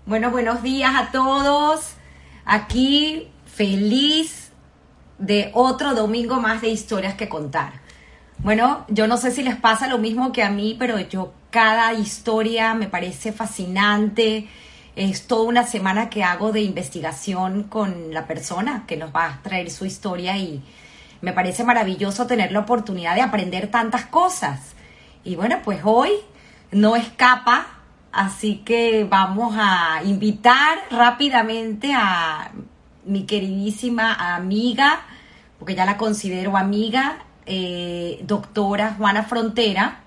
Bueno, buenos días a todos. Aquí feliz de otro domingo más de historias que contar. Bueno, yo no sé si les pasa lo mismo que a mí, pero yo cada historia me parece fascinante. Es toda una semana que hago de investigación con la persona que nos va a traer su historia y me parece maravilloso tener la oportunidad de aprender tantas cosas. Y bueno, pues hoy no escapa, así que vamos a invitar rápidamente a mi queridísima amiga, porque ya la considero amiga, doctora Juana Frontera,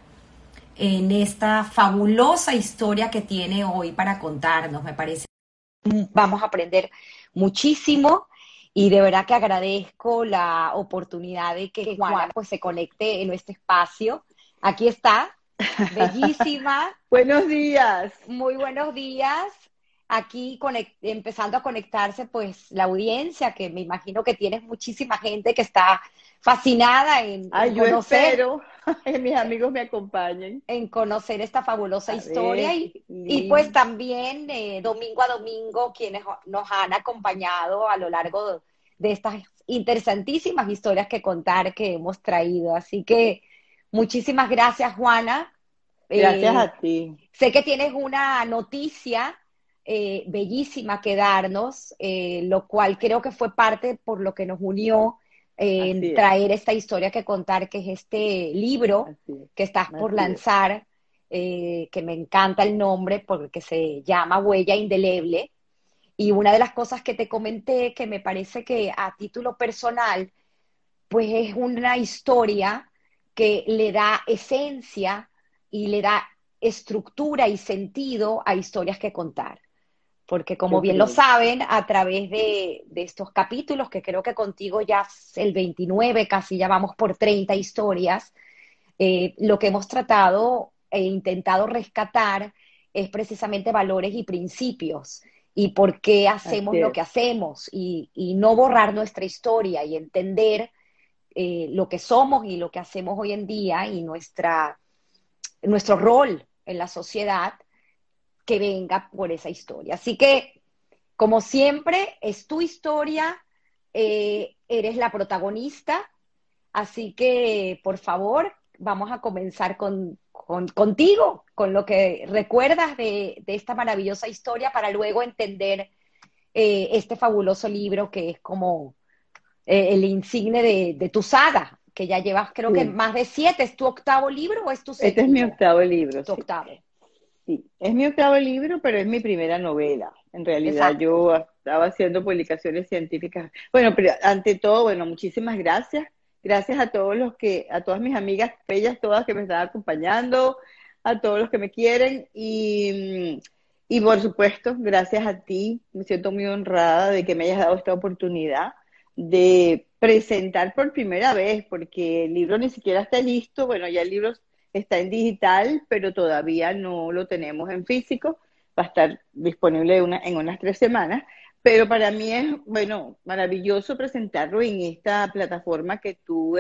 en esta fabulosa historia que tiene hoy para contarnos. Me parece vamos a aprender muchísimo y de verdad que agradezco la oportunidad de que Juana pues se conecte en nuestro espacio. Aquí está, bellísima, Buenos días. muy buenos días. Aquí empezando a conectarse pues la audiencia, que me imagino que tienes muchísima gente que está fascinada Ay, yo espero que mis amigos me acompañen. en conocer esta fabulosa A historia ver, y pues Lynn. también domingo a domingo quienes nos han acompañado a lo largo de estas interesantísimas historias que contar que hemos traído. Así que muchísimas gracias, Juana. Gracias Eh, a ti. Sé que tienes una noticia bellísima que darnos, lo cual creo que fue parte por lo que nos unió en Así es, traer esta historia que contar, que es este libro así es, que estás por así es. lanzar, que me encanta el nombre porque se llama Huella Indeleble. Y una de las cosas que te comenté, que me parece que a título personal, pues es una historia que le da esencia y le da estructura y sentido a historias que contar. Porque como Yo bien lo creo. saben, a través de estos capítulos, que creo que contigo ya es el 29, casi ya vamos por 30 historias, lo que hemos tratado e intentado rescatar es precisamente valores y principios y por qué hacemos Así lo que es. hacemos y no borrar nuestra historia y entender lo que somos y lo que hacemos hoy en día y nuestro rol en la sociedad que venga por esa historia. Así que, como siempre, es tu historia, eres la protagonista, así que, por favor, vamos a comenzar contigo, con lo que recuerdas de esta maravillosa historia para luego entender este fabuloso libro que es como el insigne de tu saga, que ya llevas creo que Sí. más de 7. ¿Es tu octavo libro o es tu Este es mi séptimo? octavo libro, Tu sí. octavo, Sí, es mi octavo libro, pero es mi primera novela. En realidad exacto. yo estaba haciendo publicaciones científicas. Bueno, pero ante todo, bueno, muchísimas gracias. Gracias a todos a todas mis amigas bellas, todas que me están acompañando, a todos los que me quieren y por supuesto, gracias a ti. Me siento muy honrada de que me hayas dado esta oportunidad de presentar por primera vez, porque el libro ni siquiera está listo. Bueno, ya el libro está en digital, pero todavía no lo tenemos en físico. Va a estar disponible en unas 3 semanas. Pero para mí es, bueno, maravilloso presentarlo en esta plataforma que tú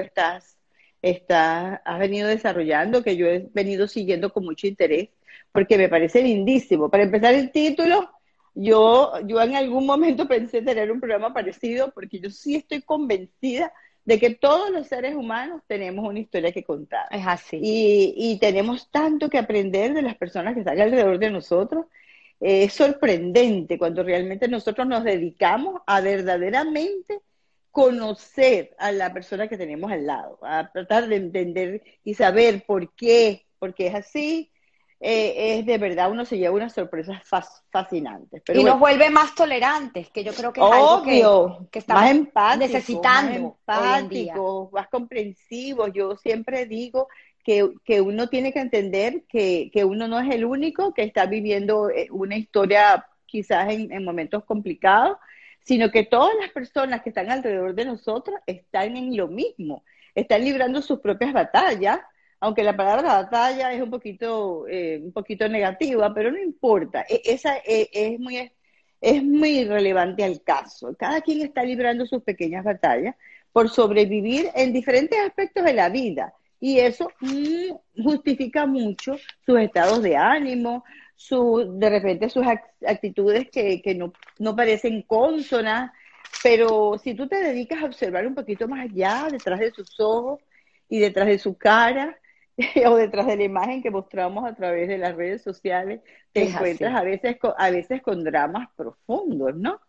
has venido desarrollando, que yo he venido siguiendo con mucho interés, porque me parece lindísimo. Para empezar, el título, yo en algún momento pensé tener un programa parecido, porque yo sí estoy convencida de que todos los seres humanos tenemos una historia que contar. Es así. Y tenemos tanto que aprender de las personas que están alrededor de nosotros. Es sorprendente cuando realmente nosotros nos dedicamos a verdaderamente conocer a la persona que tenemos al lado, a tratar de entender y saber por qué es así. Es de verdad, uno se lleva unas sorpresas fascinantes. Pero Y nos bueno, vuelve más tolerantes, que yo creo que es algo obvio, que estamos más necesitando hoy en día. empáticos, más comprensivos. Yo siempre digo que uno tiene que entender que uno no es el único que está viviendo una historia quizás en momentos complicados, sino que todas las personas que están alrededor de nosotros están en lo mismo, están librando sus propias batallas, aunque la palabra batalla es un poquito negativa, pero no importa. Esa es muy relevante al caso. Cada quien está librando sus pequeñas batallas por sobrevivir en diferentes aspectos de la vida. Y eso justifica mucho sus estados de ánimo, de repente sus actitudes que no parecen consonas, pero si tú te dedicas a observar un poquito más allá, detrás de sus ojos y detrás de su cara, o detrás de la imagen que mostramos a través de las redes sociales, te Es encuentras así. a veces con dramas profundos, ¿no?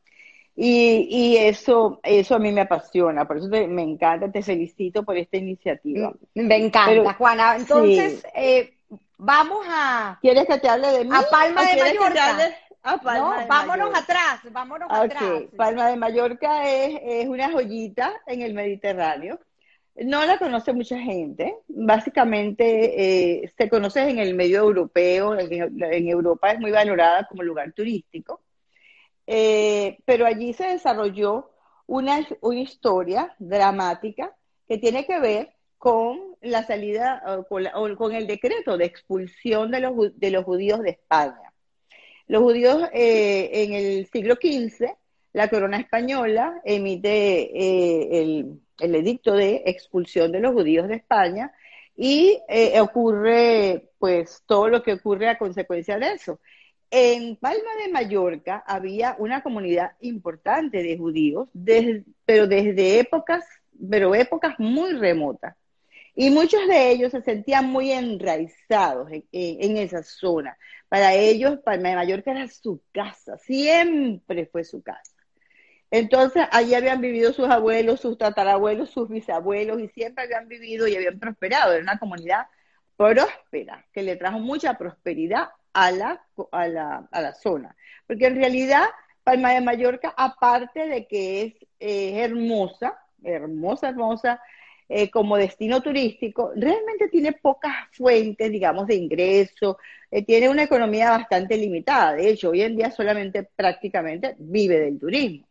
Y eso a mí me apasiona, por eso me encanta, te felicito por esta iniciativa. Me Pero encanta, Juana. sí, Entonces, vamos ¿quieres que te hable de mí a Palma o de quieres que te Mallorca. hable a Palma No, de Mallorca? vámonos atrás. Ok, Palma de Mallorca es una joyita en el Mediterráneo. No la conoce mucha gente. Básicamente se conoce en el medio europeo. En Europa es muy valorada como lugar turístico. Pero allí se desarrolló una historia dramática que tiene que ver con la salida o con el decreto de expulsión de los judíos de España. Los judíos en el siglo XV, la corona española emite el edicto de expulsión de los judíos de España y ocurre pues todo lo que ocurre a consecuencia de eso. En Palma de Mallorca había una comunidad importante de judíos, pero desde épocas muy remotas. Y muchos de ellos se sentían muy enraizados en esa zona. Para ellos, Palma de Mallorca era su casa, siempre fue su casa. Entonces, allí habían vivido sus abuelos, sus tatarabuelos, sus bisabuelos, y siempre habían vivido y habían prosperado. Era una comunidad próspera, que le trajo mucha prosperidad a la zona. Porque en realidad, Palma de Mallorca, aparte de que es hermosa, hermosa, hermosa, como destino turístico, realmente tiene pocas fuentes, digamos, de ingreso, tiene una economía bastante limitada. De hecho, hoy en día solamente prácticamente vive del turismo.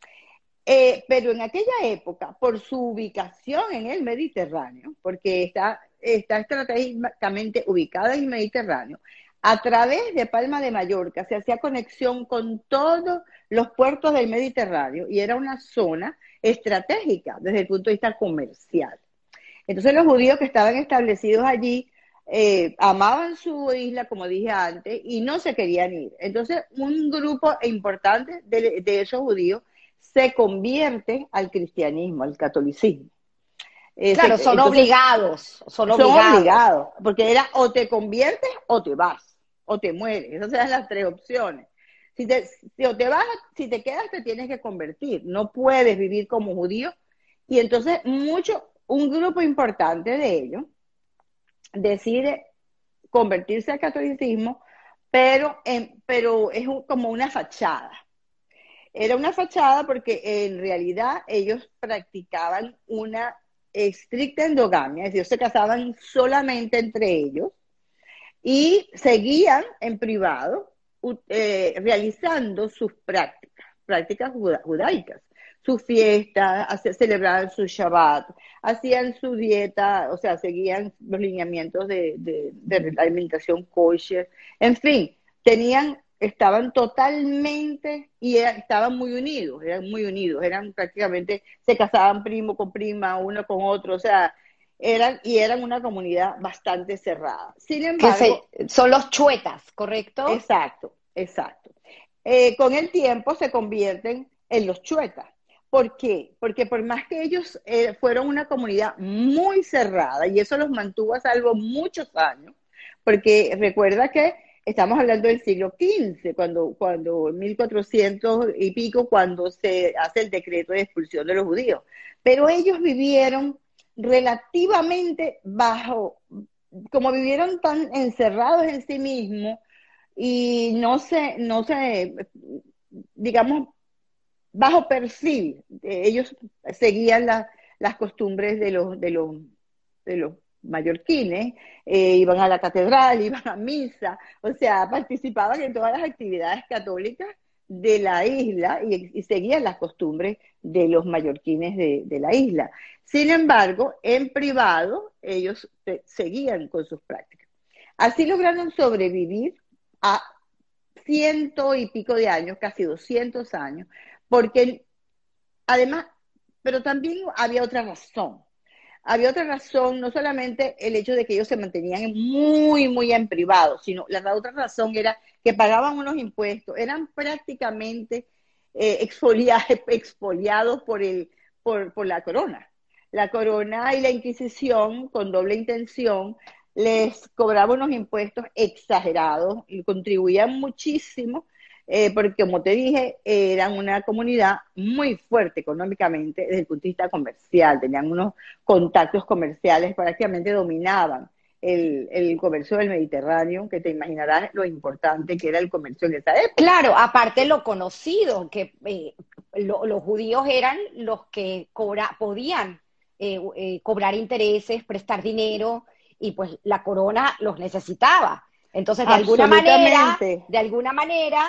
Pero en aquella época, por su ubicación en el Mediterráneo, porque está estratégicamente ubicada en el Mediterráneo, a través de Palma de Mallorca se hacía conexión con todos los puertos del Mediterráneo y era una zona estratégica desde el punto de vista comercial. Entonces los judíos que estaban establecidos allí amaban su isla, como dije antes, y no se querían ir. Entonces un grupo importante de esos judíos se convierte al cristianismo, al catolicismo. Claro, Entonces son son obligados. obligados, porque era o te conviertes o te vas, o te mueres. Esas eran las tres opciones. Si te vas, si te quedas, te tienes que convertir. No puedes vivir como judío. Y entonces un grupo importante de ellos decide convertirse al catolicismo, pero es como una fachada. Era una fachada porque en realidad ellos practicaban una estricta endogamia, es decir, se casaban solamente entre ellos y seguían en privado realizando sus prácticas judaicas, sus fiestas, celebraban su Shabbat, hacían su dieta, o sea, seguían los lineamientos de la alimentación kosher, en fin, estaban totalmente y estaban muy unidos, eran prácticamente, se casaban primo con prima, uno con otro, o sea, eran una comunidad bastante cerrada. Sin embargo, Son los chuetas, ¿correcto? exacto, exacto. Con el tiempo se convierten en los chuetas. ¿Por qué? Porque por más que ellos fueron una comunidad muy cerrada, y eso los mantuvo a salvo muchos años, porque recuerda que estamos hablando del siglo XV, cuando en 1400 y pico, cuando se hace el decreto de expulsión de los judíos. Pero ellos vivieron relativamente como vivieron tan encerrados en sí mismos, y digamos, bajo perfil. Ellos seguían las costumbres de los mallorquines, iban a la catedral, iban a misa, o sea, participaban en todas las actividades católicas de la isla y seguían las costumbres de los mallorquines de la isla. Sin embargo, en privado, ellos seguían con sus prácticas. Así lograron sobrevivir a ciento y pico de años, casi 200 años, porque además, pero también había otra razón. Había otra razón, no solamente el hecho de que ellos se mantenían muy, muy en privado, sino la otra razón era que pagaban unos impuestos, eran prácticamente expoliados por la corona. La corona y la Inquisición, con doble intención, les cobraban unos impuestos exagerados y contribuían muchísimo, porque como te dije, eran una comunidad muy fuerte económicamente desde el punto de vista comercial, tenían unos contactos comerciales, prácticamente dominaban el comercio del Mediterráneo, que te imaginarás lo importante que era el comercio en esa época. Claro, aparte lo conocido, que los judíos eran los que podían cobrar intereses, prestar dinero, y pues la corona los necesitaba. Entonces, Absolutamente. de alguna manera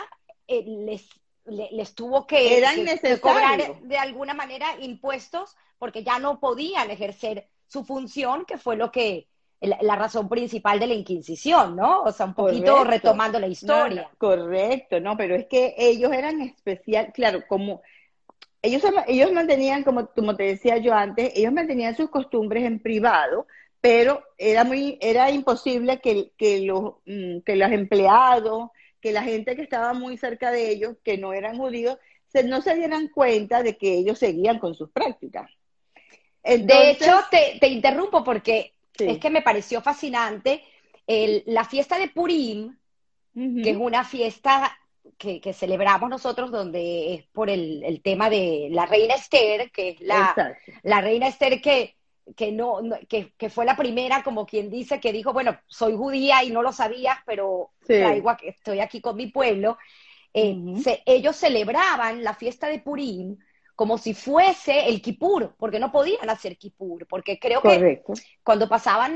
les tuvo Eran que cobrar necesarios. de alguna manera impuestos porque ya no podían ejercer su función, que fue lo que la razón principal de la Inquisición, ¿no? O sea, un poquito Correcto. retomando la No, no, historia. correcto, no, pero es que ellos eran especial, claro, como ellos mantenían, como te decía yo antes, ellos mantenían sus costumbres en privado, pero era imposible que los empleados, que la gente que estaba muy cerca de ellos, que no eran judíos, no se dieran cuenta de que ellos seguían con sus prácticas. De hecho, Entonces, te interrumpo porque es sí, que me pareció fascinante la fiesta de Purim, que es ujú, una fiesta que celebramos nosotros, donde es por el tema de la reina Esther, que es exacto, la reina Esther que fue la primera, como quien dice, que dijo, bueno, soy judía y no lo sabías, pero sí, estoy aquí con mi pueblo. ujú, Ellos celebraban la fiesta de Purim como si fuese el Kippur, porque no podían hacer Kippur, porque creo que correcto. cuando pasaban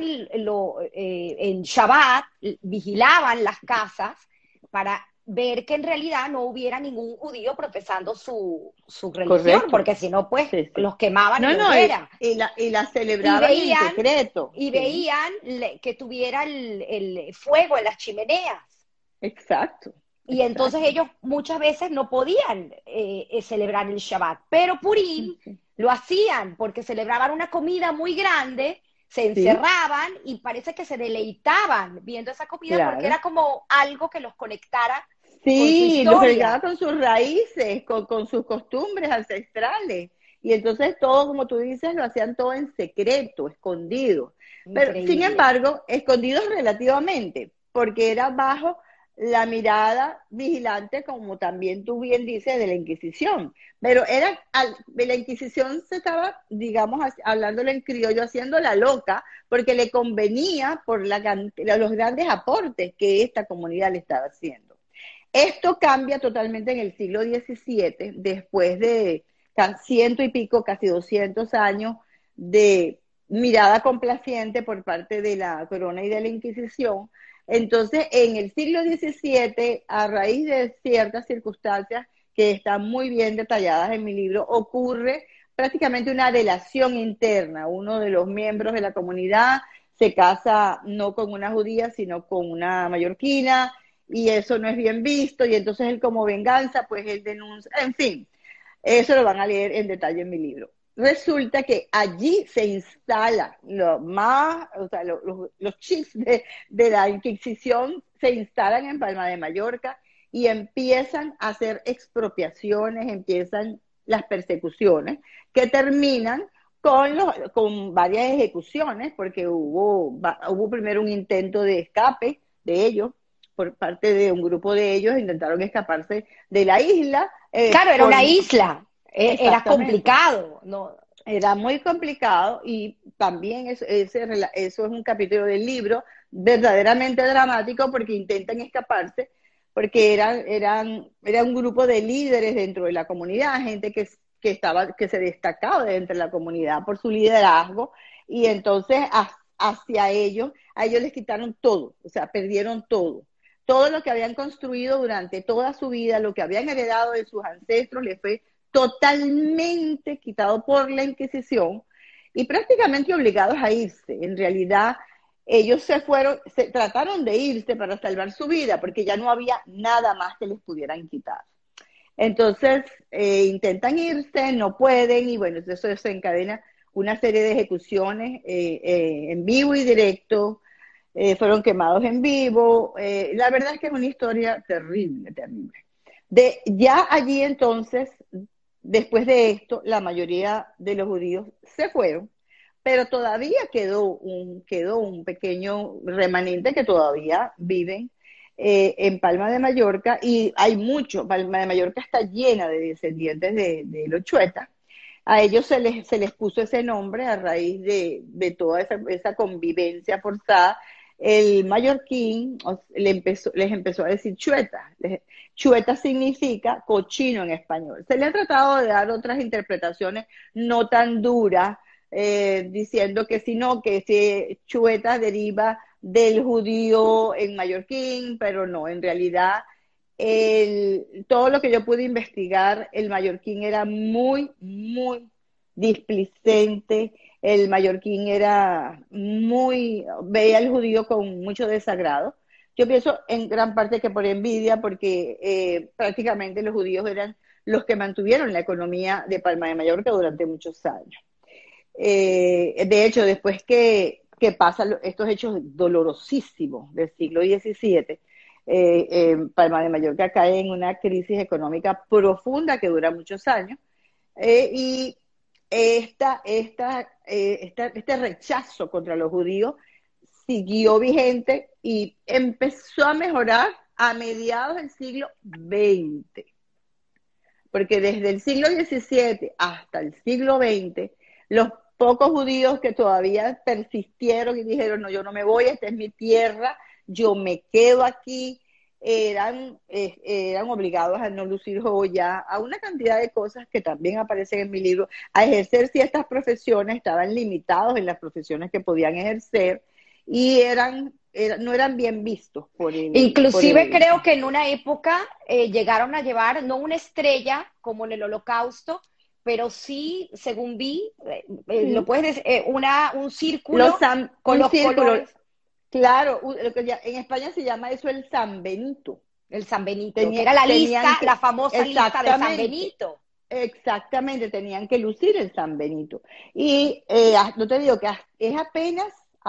en Shabbat, vigilaban las casas para ver que en realidad no hubiera ningún judío profesando su religión, Correcto, porque si no, pues sí, sí. los quemaban en No, la no, hoguera. y la Y celebraban en veían, secreto, sí, que tuviera el fuego en las chimeneas. exacto, Y entonces exacto. ellos muchas veces no podían celebrar el Shabbat, pero Purim lo hacían porque celebraban una comida muy grande, se Sí, encerraban y parece que se deleitaban viendo esa comida porque claro. era como algo que los conectara con su Sí, los conectaba historia. con sus raíces, con sus costumbres ancestrales. Y entonces todo, como tú dices, lo hacían todo en secreto, escondido. Pero, sin Increíble. embargo, escondidos relativamente, porque era bajo la mirada vigilante, como también tú bien dices, de la Inquisición. Pero la Inquisición se estaba, digamos, hablándolo en criollo, haciendo la loca, porque le convenía por los grandes aportes que esta comunidad le estaba haciendo. Esto cambia totalmente en el siglo XVII, después de ciento y pico, casi 200 años de mirada complaciente por parte de la corona y de la Inquisición. Entonces, en el siglo XVII, a raíz de ciertas circunstancias que están muy bien detalladas en mi libro, ocurre prácticamente una delación interna. Uno de los miembros de la comunidad se casa no con una judía, sino con una mallorquina, y eso no es bien visto, y entonces él como venganza, pues él denuncia, en fin, eso lo van a leer en detalle en mi libro. Resulta que allí se instala o sea, los chiefs de la Inquisición se instalan en Palma de Mallorca y empiezan a hacer expropiaciones, empiezan las persecuciones, que terminan con varias ejecuciones, porque hubo primero un intento de escape de ellos, por parte de un grupo de ellos, intentaron escaparse de la isla, Claro, era una isla, era exactamente. complicado, ¿no? Era muy complicado y también eso es un capítulo del libro verdaderamente dramático porque intentan escaparse, porque era un grupo de líderes dentro de la comunidad, gente que se destacaba dentro de la comunidad por su liderazgo, y entonces a ellos les quitaron todo, o sea, perdieron todo. Todo lo que habían construido durante toda su vida, lo que habían heredado de sus ancestros, les fue totalmente quitado por la Inquisición y prácticamente obligados a irse. En realidad, ellos trataron de irse para salvar su vida porque ya no había nada más que les pudieran quitar. Entonces, intentan irse, no pueden, y bueno, eso desencadena una serie de ejecuciones en vivo y directo, fueron quemados en vivo. La verdad es que es una historia terrible, terrible. Ya allí entonces, después de esto, la mayoría de los judíos se fueron, pero todavía quedó un pequeño remanente que todavía viven en Palma de Mallorca, y hay mucho. Palma de Mallorca está llena de descendientes de los chuetas. A ellos se les puso ese nombre a raíz de toda esa convivencia forzada. El mallorquín les empezó a decir chueta. Chueta significa cochino en español. Se le ha tratado de dar otras interpretaciones no tan duras, diciendo que si no, que si chueta deriva del judío en mallorquín, pero no, en realidad todo lo que yo pude investigar, el mallorquín era muy, muy displicente. El mallorquín veía al judío con mucho desagrado. Yo pienso en gran parte que por envidia, porque prácticamente los judíos eran los que mantuvieron la economía de Palma de Mallorca durante muchos años. De hecho, después que pasan estos hechos dolorosísimos del siglo XVII, Palma de Mallorca cae en una crisis económica profunda que dura muchos años, y este rechazo contra los judíos siguió vigente y empezó a mejorar a mediados del siglo XX, porque desde el siglo XVII hasta el siglo XX, los pocos judíos que todavía persistieron y dijeron, no, yo no me voy, esta es mi tierra, yo me quedo aquí, eran obligados a no lucir joya, a una cantidad de cosas que también aparecen en mi libro, a ejercer ciertas profesiones. Estaban limitados en las profesiones que podían ejercer, y no eran bien vistos Inclusive creo que en una época llegaron a llevar, no una estrella como en el Holocausto, pero sí, según vi, lo puedes decir, un círculo con los colores. Claro, en España se llama eso el San Benito. El San Benito, que era la famosa lista de San Benito. Exactamente, tenían que lucir el San Benito. Y no te digo que es apenas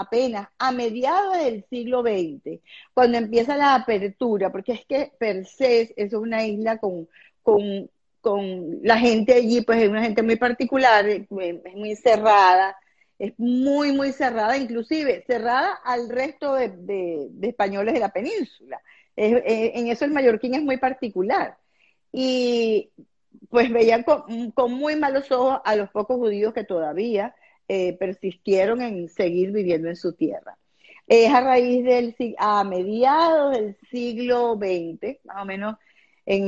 a mediados del siglo XX, cuando empieza la apertura, porque es que per se es una isla con la gente allí, pues es una gente muy particular, es muy cerrada, es muy, muy cerrada, inclusive cerrada al resto de españoles de la península. En eso el mallorquín es muy particular. Y pues veían con muy malos ojos a los pocos judíos que todavía persistieron en seguir viviendo en su tierra. Es a mediados del siglo XX, más o menos en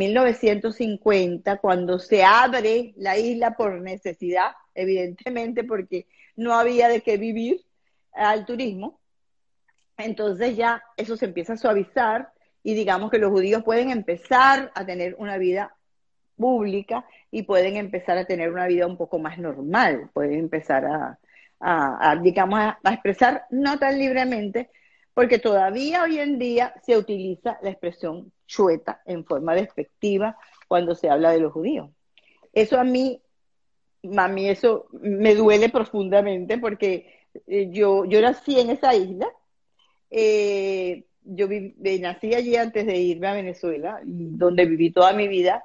1950, cuando se abre la isla por necesidad, evidentemente porque no había de qué vivir, al turismo. Entonces ya eso se empieza a suavizar, y digamos que los judíos pueden empezar a tener una vida pública y pueden empezar a tener una vida un poco más normal, pueden empezar digamos, a expresar no tan libremente, porque todavía hoy en día se utiliza la expresión chueta en forma despectiva cuando se habla de los judíos. Eso a mí eso me duele profundamente, porque yo nací en esa isla. Yo nací allí antes de irme a Venezuela, donde viví toda mi vida,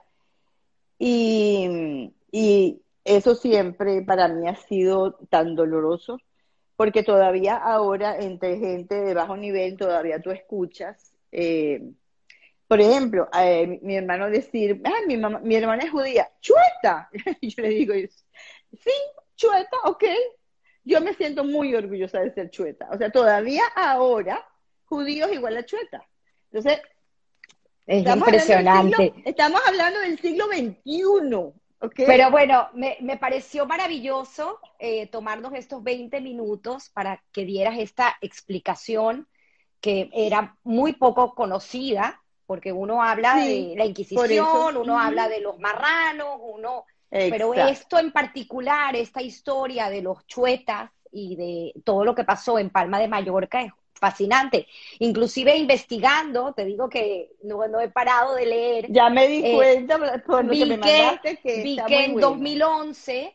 y eso siempre para mí ha sido tan doloroso, porque todavía ahora entre gente de bajo nivel todavía tú escuchas, por ejemplo, mi hermano decir, mi hermana es judía, chueta. Y yo le digo, sí, chueta, ok. Yo me siento muy orgullosa de ser chueta. O sea, todavía ahora, judíos igual a chueta. Entonces, es impresionante. Estamos hablando del siglo XXI. Okay. Pero bueno, me pareció maravilloso tomarnos estos 20 minutos para que dieras esta explicación que era muy poco conocida, porque uno habla de la Inquisición, uno habla de los marranos, pero esto en particular, esta historia de los chuetas y de todo lo que pasó en Palma de Mallorca es fascinante. Inclusive investigando, te digo que no he parado de leer. Ya me di cuenta por lo que me mandaste, que vi está que muy en bueno. 2011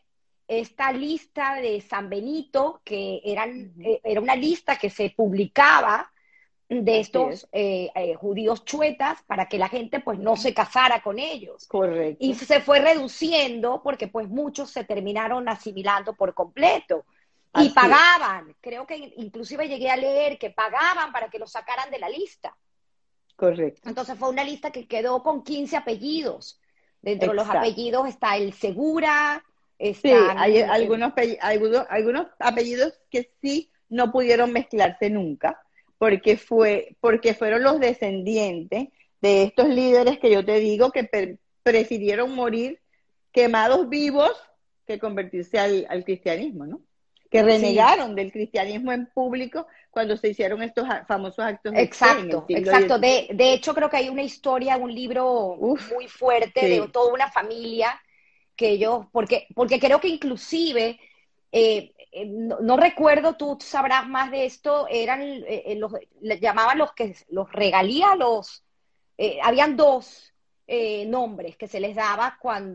esta lista de San Benito, que era una lista que se publicaba de estos judíos chuetas para que la gente pues no se casara con ellos. Correcto. Y se fue reduciendo porque pues muchos se terminaron asimilando por completo. Y Así pagaban, creo que inclusive llegué a leer que pagaban para que los sacaran de la lista. Correcto. Entonces fue una lista que quedó con 15 apellidos. Dentro de los Exacto. apellidos está el Segura, Sí, están... hay algunos apellidos que sí no pudieron mezclarse nunca, porque fueron los descendientes de estos líderes que yo te digo que prefirieron morir quemados vivos que convertirse al cristianismo, ¿no? Que renegaron del cristianismo en público cuando se hicieron estos famosos actos de fe en el Exacto, siglo exacto. XVI. De hecho, creo que hay una historia, un libro Uf, muy fuerte de sí, toda una familia que ellos, porque creo que inclusive, no recuerdo, tú sabrás más de esto, eran le llamaban los regalías, habían dos nombres que se les daba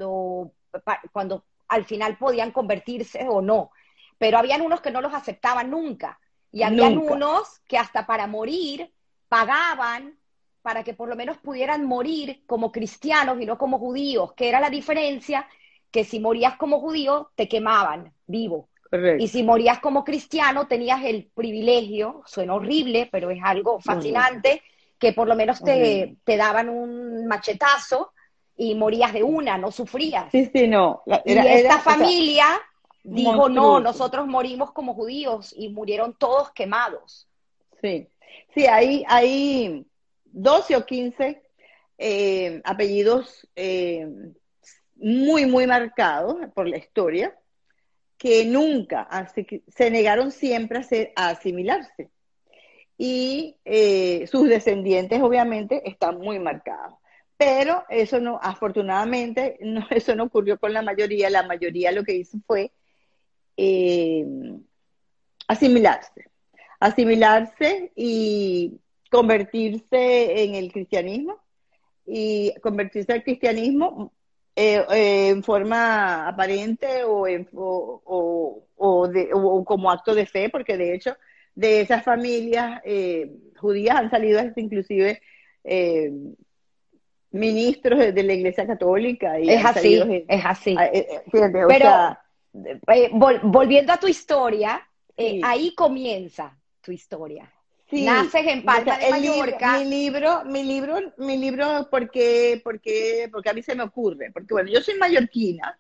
cuando al final podían convertirse o no, pero habían unos que no los aceptaban nunca, y habían nunca. unos que hasta para morir pagaban para que por lo menos pudieran morir como cristianos y no como judíos, que era la diferencia, que si morías como judío te quemaban vivo. Y Correcto. si morías como cristiano tenías el privilegio, suena horrible, pero es algo Horrible, fascinante, que por lo menos horrible. te daban un machetazo y morías de una, no sufrías. Sí, sí, no. Y esta O sea, familia dijo, no, monstruoso. nosotros morimos como judíos y murieron todos quemados. Sí. Sí, hay 12 o 15 apellidos muy, muy marcados por la historia que nunca, así que se negaron siempre a asimilarse. Y sus descendientes obviamente están muy marcados. Pero eso no, afortunadamente, no, eso no ocurrió con la mayoría. La mayoría lo que hizo fue eh, asimilarse, asimilarse y convertirse en el cristianismo y convertirse al cristianismo en forma aparente o como acto de fe, porque de hecho de esas familias judías han salido inclusive eh, ministros de la Iglesia Católica y Es han salido así, es así. fíjate, o Pero sea, volviendo a tu historia, sí. ahí comienza tu historia. Sí, Naces en o sea, Palma de Mallorca, porque a mí se me ocurre, porque bueno, yo soy mallorquina,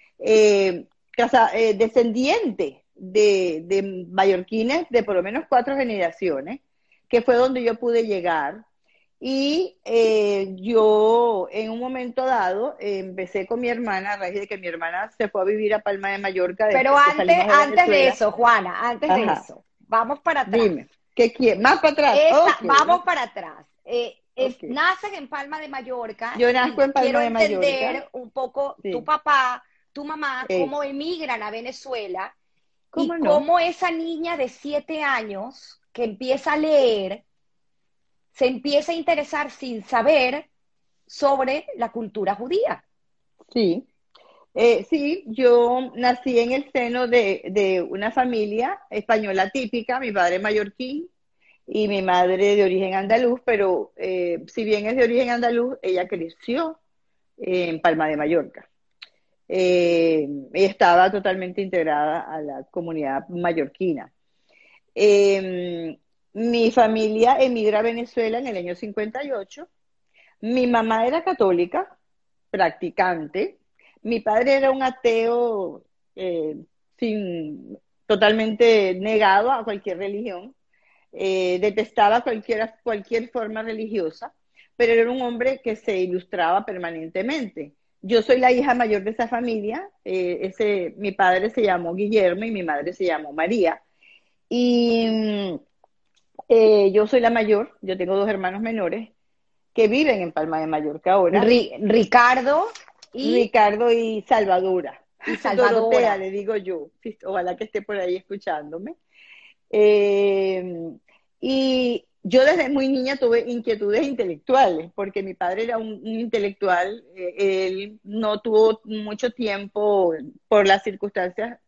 descendiente de mallorquines de por lo menos 4 generaciones, que fue donde yo pude llegar, y yo en un momento dado empecé con mi hermana, a raíz de que mi hermana se fue a vivir a Palma de Mallorca pero después que salimos de antes de Venezuela. eso, Juana, antes de Ajá, eso, vamos para atrás. dime, ¿qué quieres? ¿Más para atrás? Ok, Vamos para atrás. ok. Naces en Palma de Mallorca Yo nazco y en quiero Palma de Mallorca, entender un poco tu sí. papá, tu mamá, Ey, cómo emigran a Venezuela y ¿cómo no? cómo esa niña de 7 años que empieza a leer se empieza a interesar sin saber sobre la cultura judía. Sí. Sí, yo nací en el seno de una familia española típica, mi padre mallorquín y mi madre de origen andaluz, pero si bien es de origen andaluz, ella creció en Palma de Mallorca. Ella estaba totalmente integrada a la comunidad mallorquina. Mi familia emigra a Venezuela en el año 58. Mi mamá era católica, practicante. Mi padre era un ateo eh, totalmente negado a cualquier religión. Detestaba cualquier forma religiosa, pero era un hombre que se ilustraba permanentemente. Yo soy la hija mayor de esa familia. Mi padre se llamó Guillermo y mi madre se llamó María. Y yo soy la mayor, yo tengo 2 hermanos menores que viven en Palma de Mallorca ahora, Ricardo Ricardo y Salvadora. y Dorotea, Salvadora. le digo yo. Ojalá que esté por ahí escuchándome. Eh, y yo desde muy niña tuve inquietudes intelectuales, porque mi padre era un intelectual, él no tuvo mucho tiempo por las circunstancias,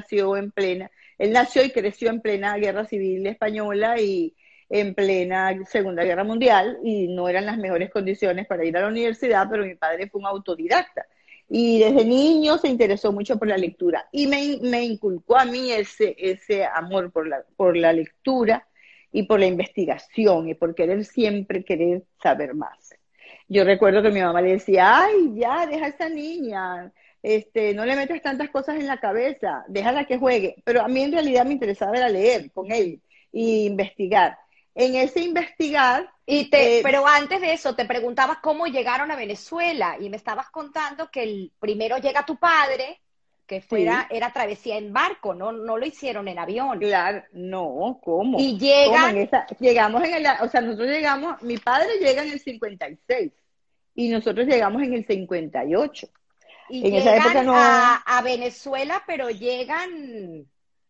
él nació y creció en plena guerra civil española y en plena Segunda Guerra Mundial, y no eran las mejores condiciones para ir a la universidad, pero mi padre fue un autodidacta. Y desde niño se interesó mucho por la lectura y me inculcó a mí ese amor por la lectura y por la investigación y por querer saber más. Yo recuerdo que mi mamá le decía, ay, ya, deja a esa niña, no le metas tantas cosas en la cabeza, déjala que juegue. Pero a mí en realidad me interesaba era leer con él y investigar. En ese investigar... Pero antes de eso, te preguntabas cómo llegaron a Venezuela y me estabas contando que el primero llega tu padre, que era travesía en barco, no lo hicieron en avión. Claro, no, ¿cómo? Y llegan... Llegamos o sea, nosotros llegamos, mi padre llega en el 56 y nosotros llegamos en el 58. Y en llegan esa época no... a Venezuela, pero llegamos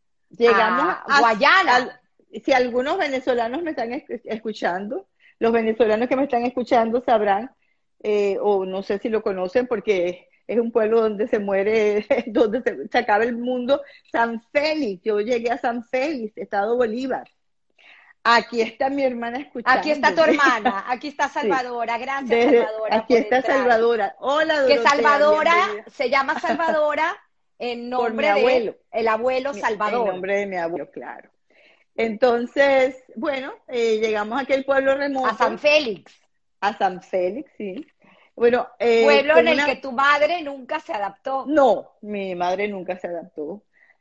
a Guayana. Si algunos venezolanos me están escuchando, los venezolanos que me están escuchando sabrán, o no sé si lo conocen porque es un pueblo donde se muere, donde se acaba el mundo, San Félix. Yo llegué a San Félix, Estado Bolívar. Aquí está mi hermana escuchando. Aquí está tu hermana, aquí está Salvadora. Sí. Gracias, Salvadora. Aquí está Salvadora. Hola, Dorotea. Que Salvadora se llama Salvadora en nombre de el abuelo Salvador. En nombre de mi abuelo, claro. Entonces, bueno, llegamos a aquel pueblo remoto. A San Félix. A San Félix, sí. Bueno, pueblo en el que tu madre nunca se adaptó. No, mi madre nunca se adaptó.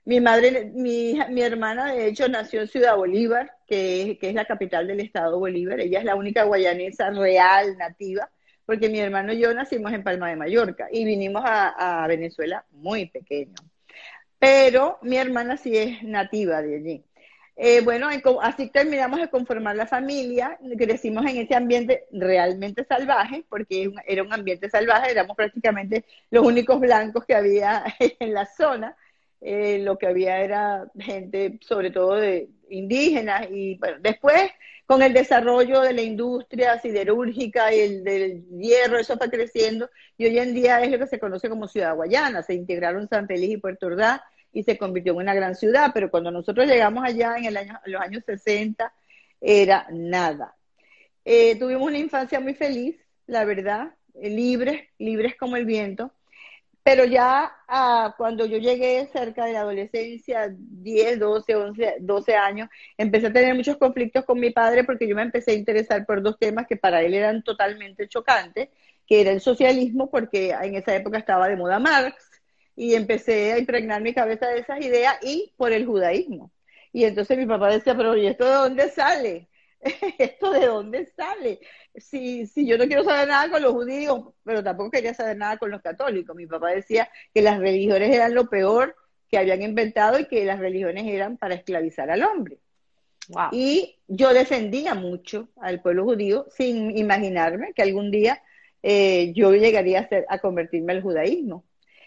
Mi hermana, de hecho, nació en Ciudad Bolívar, que es la capital del estado Bolívar. Ella es la única guayanesa real, nativa, porque mi hermano y yo nacimos en Palma de Mallorca y vinimos a Venezuela muy pequeños. Pero mi hermana sí es nativa de allí. Bueno, así terminamos de conformar la familia, crecimos en ese ambiente realmente salvaje, porque era un ambiente salvaje, éramos prácticamente los únicos blancos que había en la zona, lo que había era gente sobre todo de indígenas, y bueno, después con el desarrollo de la industria siderúrgica y el del hierro, eso fue creciendo, y hoy en día es lo que se conoce como Ciudad Guayana, se integraron San Félix y Puerto Ordaz, y se convirtió en una gran ciudad, pero cuando nosotros llegamos allá en los años 60, era nada. Tuvimos una infancia muy feliz, la verdad, libres como el viento, pero ya cuando yo llegué cerca de la adolescencia, 10, 12 años, empecé a tener muchos conflictos con mi padre porque yo me empecé a interesar por dos temas que para él eran totalmente chocantes, que era el socialismo, porque en esa época estaba de moda Marx, y empecé a impregnar mi cabeza de esas ideas, y por el judaísmo. Y entonces mi papá decía, pero ¿y esto de dónde sale? ¿Esto de dónde sale? Si yo no quiero saber nada con los judíos, pero tampoco quería saber nada con los católicos. Mi papá decía que las religiones eran lo peor que habían inventado y que las religiones eran para esclavizar al hombre. Wow. Y yo defendía mucho al pueblo judío sin imaginarme que algún día yo llegaría a convertirme al judaísmo.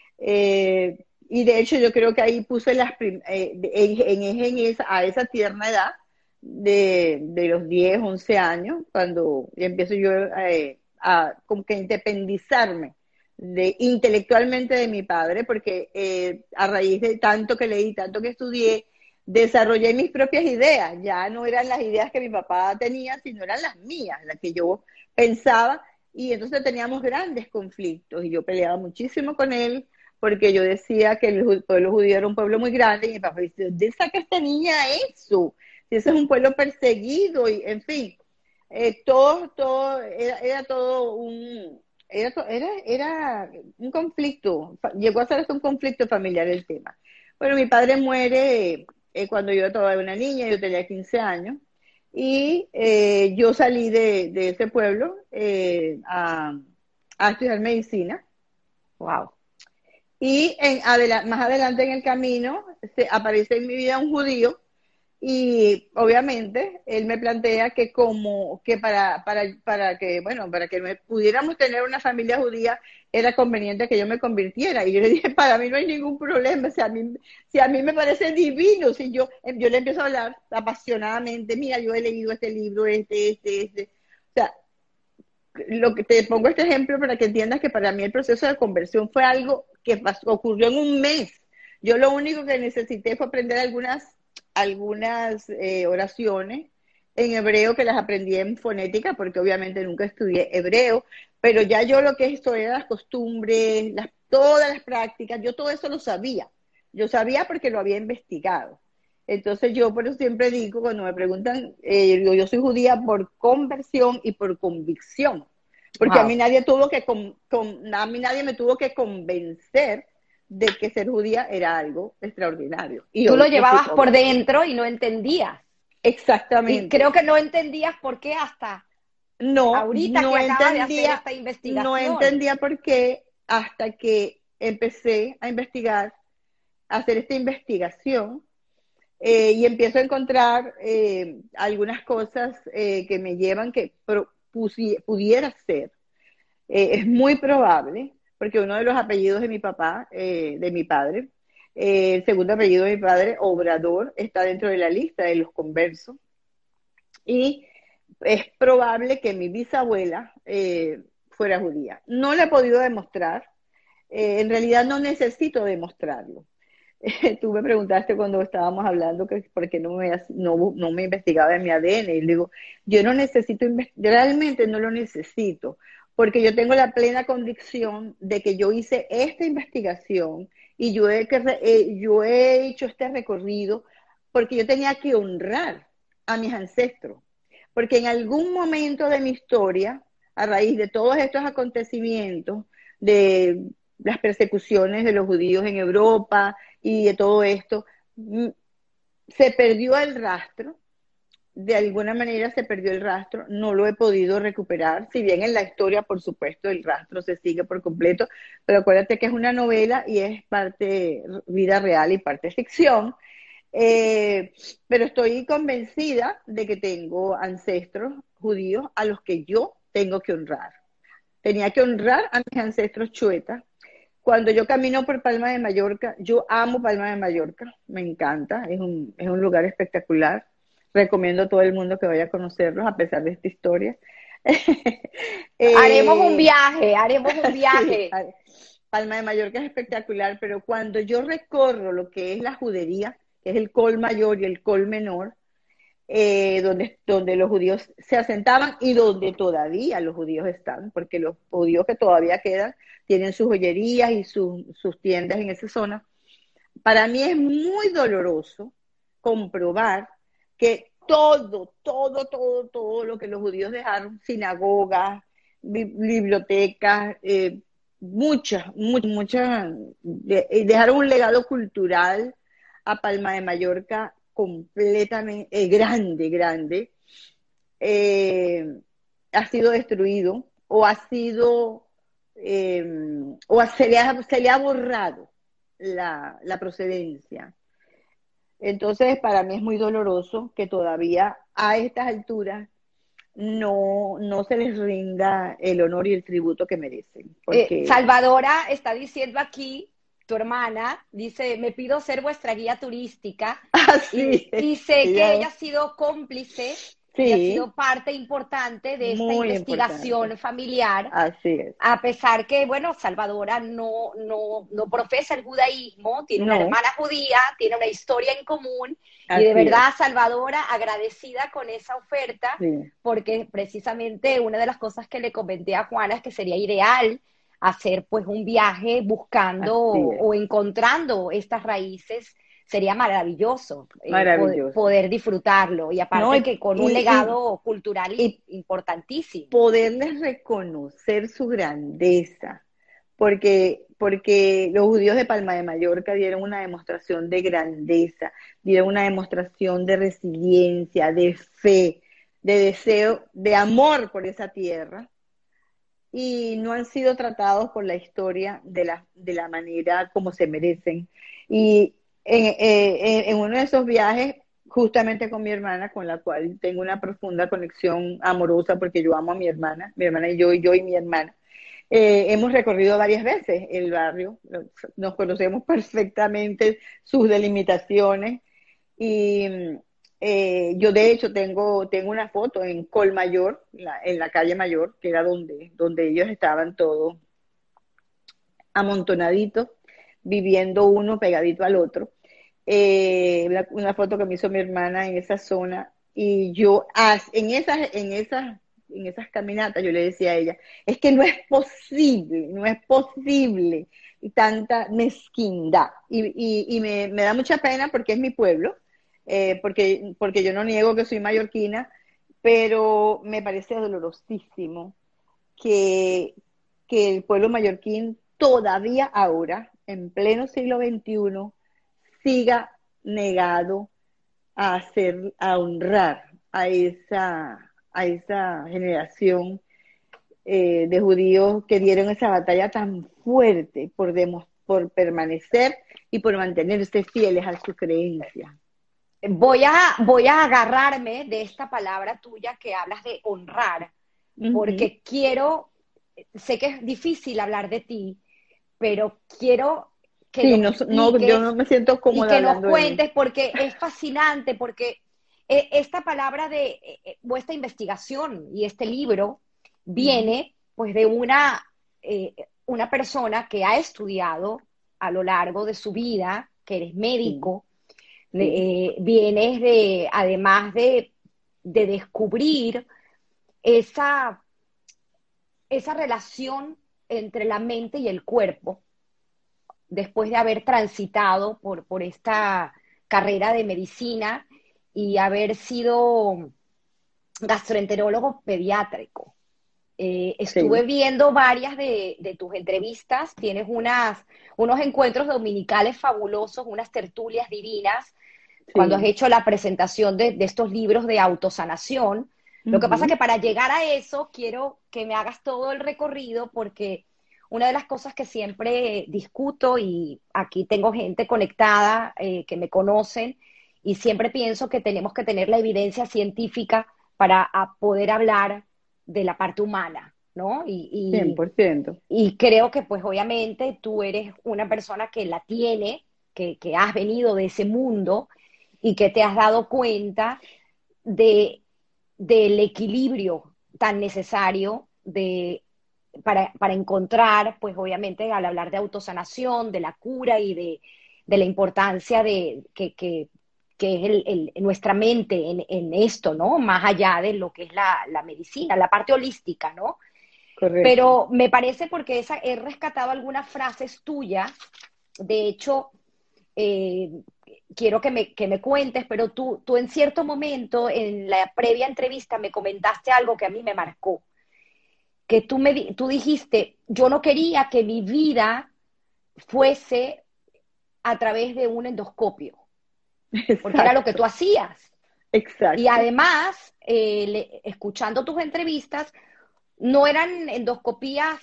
Y de hecho yo creo que ahí puse a esa tierna edad de los 10, 11 años, cuando empiezo yo a como que independizarme intelectualmente de mi padre, porque a raíz de tanto que leí, tanto que estudié, desarrollé mis propias ideas. Ya no eran las ideas que mi papá tenía, sino eran las mías, las que yo pensaba, y entonces teníamos grandes conflictos y yo peleaba muchísimo con él, porque yo decía que el pueblo judío era un pueblo muy grande, y mi papá dice, ¿dónde saca esta niña eso? Si ese es un pueblo perseguido, y en fin, todo era todo era un conflicto, llegó a ser hasta un conflicto familiar el tema. Bueno, mi padre muere cuando yo todavía era una niña, yo tenía 15 años, y yo salí de ese pueblo a estudiar medicina. Wow. Y más adelante en el camino aparece en mi vida un judío, y obviamente él me plantea que para que pudiéramos tener una familia judía, era conveniente que yo me convirtiera. Y yo le dije, para mí no hay ningún problema, si a mí me parece divino, si yo le empiezo a hablar apasionadamente, mira, yo he leído este libro, este. O sea, lo que te pongo este ejemplo para que entiendas que para mí el proceso de conversión fue algo que ocurrió en un mes. Yo lo único que necesité fue aprender algunas oraciones en hebreo, que las aprendí en fonética, porque obviamente nunca estudié hebreo, pero ya yo lo que esto era las costumbres, todas las prácticas, yo todo eso lo sabía. Yo sabía porque lo había investigado. Entonces yo por eso siempre digo, cuando me preguntan, digo, yo soy judía por conversión y por convicción, porque Wow. a mí nadie me tuvo que convencer de que ser judía era algo extraordinario. Y Tú lo hoy, llevabas por dentro y no entendías. Y exactamente. creo que no entendías por qué hasta ahorita que acabas de hacer esta No investigación. entendía por qué hasta que empecé a investigar, a hacer esta investigación, y empiezo a encontrar algunas cosas que me llevan que pudiera ser. Es muy probable, porque uno de los apellidos de mi papá, de mi padre, el segundo apellido de mi padre, Obrador, está dentro de la lista de los conversos. Y es probable que mi bisabuela fuera judía. No lo he podido demostrar. En realidad no necesito demostrarlo. Tú me preguntaste cuando estábamos hablando que por qué no me investigaba en mi ADN. Y le digo, yo no necesito, realmente no lo necesito, porque yo tengo la plena convicción de que yo hice esta investigación y yo he hecho este recorrido porque yo tenía que honrar a mis ancestros. Porque en algún momento de mi historia, a raíz de todos estos acontecimientos, de las persecuciones de los judíos en Europa y de todo esto, se perdió el rastro. De alguna manera se perdió el rastro, no lo he podido recuperar, si bien en la historia, por supuesto, el rastro se sigue por completo, pero acuérdate que es una novela y es parte vida real y parte ficción. Pero estoy convencida de que tengo ancestros judíos a los que yo tengo que honrar. Tenía que honrar a mis ancestros chuetas. Cuando yo camino por Palma de Mallorca, yo amo Palma de Mallorca, me encanta, es un lugar espectacular. Recomiendo a todo el mundo que vaya a conocerlos, a pesar de esta historia. Haremos un viaje, haremos un viaje. Sí, Palma de Mallorca es espectacular, pero cuando yo recorro lo que es la judería, que es el Col Mayor y el Col Menor, donde los judíos se asentaban y donde todavía los judíos están, porque los judíos que todavía quedan tienen sus joyerías y sus tiendas en esa zona. Para mí es muy doloroso comprobar que todo lo que los judíos dejaron, sinagogas, bibliotecas, dejaron un legado cultural a Palma de Mallorca completamente grande, ha sido destruido o se le ha borrado la procedencia. Entonces, para mí es muy doloroso que todavía a estas alturas no se les rinda el honor y el tributo que merecen. Porque... Salvadora está diciendo aquí, tu hermana, dice, me pido ser vuestra guía turística. Sí, y sé que ella ha sido cómplice, sí, y ha sido parte importante de esta investigación familiar. Así es. A pesar que, bueno, Salvadora no profesa el judaísmo, tiene una hermana judía, tiene una historia en común. Así y de verdad, Salvadora, agradecida con esa oferta, porque precisamente una de las cosas que le comenté a Juana es que sería ideal hacer pues un viaje buscando o encontrando estas raíces. Sería maravilloso, poder disfrutarlo, y aparte que con un legado cultural importantísimo. Poderles reconocer su grandeza, porque los judíos de Palma de Mallorca dieron una demostración de grandeza, dieron una demostración de resiliencia, de fe, de deseo, de amor por esa tierra, y no han sido tratados por la historia de la manera como se merecen. Y en uno de esos viajes, justamente con mi hermana, con la cual tengo una profunda conexión amorosa, porque yo amo a mi hermana y yo y mi hermana, Hemos recorrido varias veces el barrio, nos conocemos perfectamente sus delimitaciones y yo de hecho tengo una foto en Colmayor, en la calle Mayor, que era donde ellos estaban todos amontonaditos, viviendo uno pegadito al otro. Una foto que me hizo mi hermana en esa zona y yo en esas caminatas yo le decía a ella, es que no es posible y tanta mezquindad. Y me da mucha pena porque es mi pueblo, porque yo no niego que soy mallorquina, pero me parece dolorosísimo que, que el pueblo mallorquín todavía ahora, en pleno siglo XXI, siga negado a honrar a esa generación de judíos que dieron esa batalla tan fuerte por permanecer y por mantenerse fieles a su creencia. Voy a agarrarme de esta palabra tuya que hablas de honrar, porque sé que es difícil hablar de ti, pero quiero que Sí, nos yo expliques no me siento y cómoda que nos hablando de mí. cuentes, porque es fascinante, porque esta palabra o esta investigación y este libro viene pues de una persona que ha estudiado a lo largo de su vida, que eres Sí, médico, sí, vienes además de descubrir esa, esa relación entre la mente y el cuerpo, después de haber transitado por esta carrera de medicina y haber sido gastroenterólogo pediátrico. Estuve sí, viendo varias de tus entrevistas, tienes unos encuentros dominicales fabulosos, unas tertulias divinas, cuando has sí. hecho la presentación de estos libros de autosanación. Lo que pasa es que Ujú. para llegar a eso quiero que me hagas todo el recorrido porque una de las cosas que siempre discuto, y aquí tengo gente conectada que me conocen, y siempre pienso que tenemos que tener la evidencia científica para poder hablar de la parte humana, ¿no? 100%. Y creo que pues obviamente tú eres una persona que la tiene, que has venido de ese mundo y que te has dado cuenta de, del equilibrio tan necesario para encontrar, pues obviamente al hablar de autosanación, de la cura y de la importancia que es nuestra mente en esto, ¿no? Más allá de lo que es la medicina, la parte holística, ¿no? Correcto. Pero me parece porque he rescatado algunas frases tuyas, de hecho, eh, quiero que me cuentes, pero tú en cierto momento, en la previa entrevista, me comentaste algo que a mí me marcó, que tú dijiste, yo no quería que mi vida fuese a través de un endoscopio, porque era lo que tú Exacto, hacías. Y exacto. además, escuchando tus entrevistas, no eran endoscopías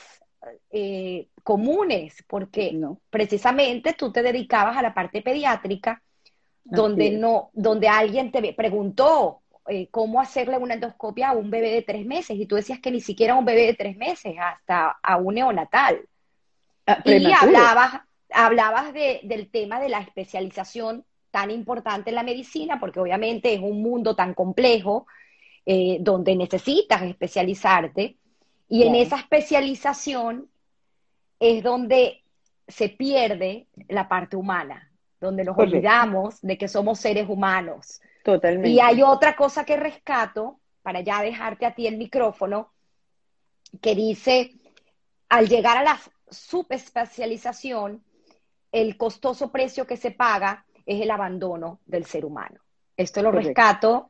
comunes, porque No, precisamente tú te dedicabas a la parte pediátrica, así donde es. no, donde alguien te preguntó cómo hacerle una endoscopia a un bebé de 3 meses, y tú decías que ni siquiera a un bebé de 3 meses, hasta a un neonatal. Ah, Y prematuro. hablabas del tema de la especialización tan importante en la medicina, porque obviamente es un mundo tan complejo donde necesitas especializarte, y en Claro, esa especialización es donde se pierde la parte humana, donde nos correcto. olvidamos de que somos seres humanos. Y hay Totalmente. otra cosa que rescato, para ya dejarte a ti el micrófono, que dice, al llegar a la subespecialización, el costoso precio que se paga es el abandono del ser humano. Esto lo Correcto. rescato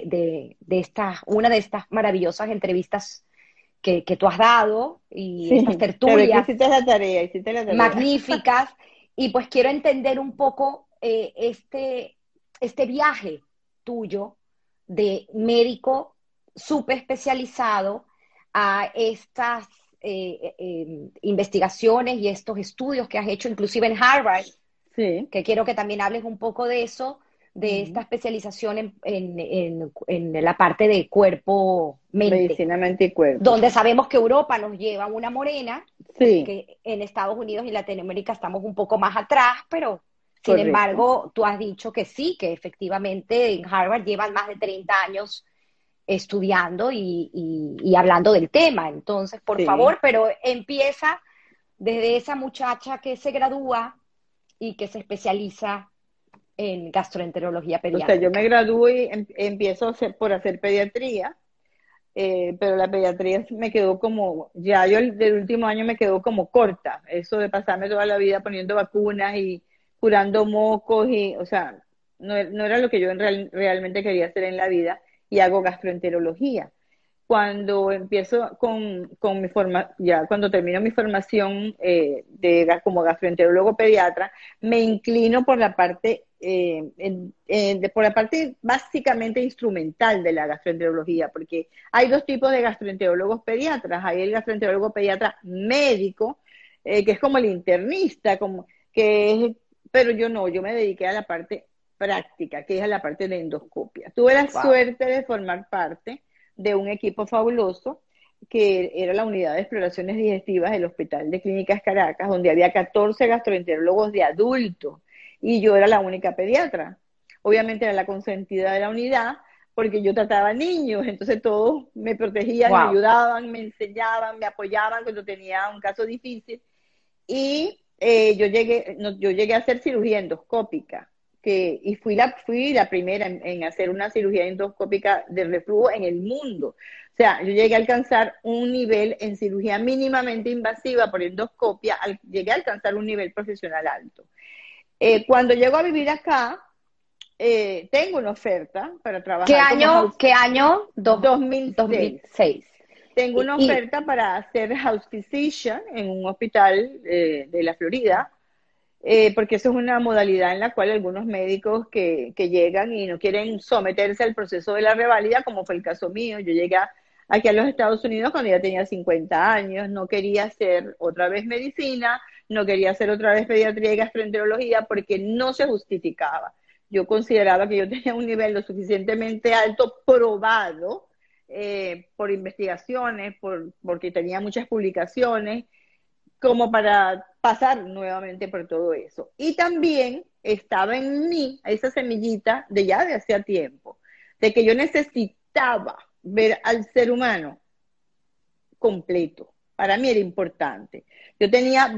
una de estas maravillosas entrevistas que tú has dado y estas Sí, se ve que tertulias hiciste la tarea. magníficas. Y pues quiero entender un poco este viaje tuyo de médico súper especializado a estas investigaciones y estos estudios que has hecho inclusive en Harvard, Sí, que quiero que también hables un poco de eso, de esta especialización en la parte de cuerpo-mente. Medicina, mente y cuerpo. Donde sabemos que Europa nos lleva una morena, Sí. que en Estados Unidos y Latinoamérica estamos un poco más atrás, pero sin Correcto. embargo, tú has dicho que sí, que efectivamente en Harvard llevan más de 30 años estudiando y hablando del tema. Entonces, por Sí. favor, pero empieza desde esa muchacha que se gradúa y que se especializa en gastroenterología O pediátrica. sea, yo me gradúo y empiezo por hacer pediatría, pero la pediatría me quedó como, ya yo del último año me quedó como corta, eso de pasarme toda la vida poniendo vacunas y curando mocos, y, o sea, no era lo que yo realmente quería hacer en la vida, y hago gastroenterología. Cuando empiezo con mi ya cuando termino mi formación como gastroenterólogo pediatra, me inclino por la parte por la parte básicamente instrumental de la gastroenterología, porque hay dos tipos de gastroenterólogos pediatras. Hay el gastroenterólogo pediatra médico, que es como el internista, pero yo me dediqué a la parte práctica, que es a la parte de endoscopia. Tuve la suerte de formar parte de un equipo fabuloso que era la unidad de exploraciones digestivas del Hospital de Clínicas Caracas, donde había 14 gastroenterólogos de adultos y yo era la única pediatra. Obviamente era la consentida de la unidad porque yo trataba niños, entonces todos me protegían, me ayudaban, me enseñaban, me apoyaban cuando tenía un caso difícil. Y yo llegué a hacer cirugía endoscópica. Y fui la primera en hacer una cirugía endoscópica de reflujo en el mundo. O sea, yo llegué a alcanzar un nivel en cirugía mínimamente invasiva por endoscopia, llegué a alcanzar un nivel profesional alto. Cuando llego a vivir acá, tengo una oferta para trabajar. ¿Qué año? 2006. Tengo una oferta para ser house physician en un hospital de la Florida. Porque eso es una modalidad en la cual algunos médicos que llegan y no quieren someterse al proceso de la reválida, como fue el caso mío. Yo llegué aquí a los Estados Unidos cuando ya tenía 50 años, no quería hacer otra vez medicina, no quería hacer otra vez pediatría y gastroenterología porque no se justificaba. Yo consideraba que yo tenía un nivel lo suficientemente alto, probado por investigaciones, porque tenía muchas publicaciones, como para pasar nuevamente por todo eso. Y también estaba en mí esa semillita de hacía tiempo, de que yo necesitaba ver al ser humano completo. Para mí era importante. Yo tenía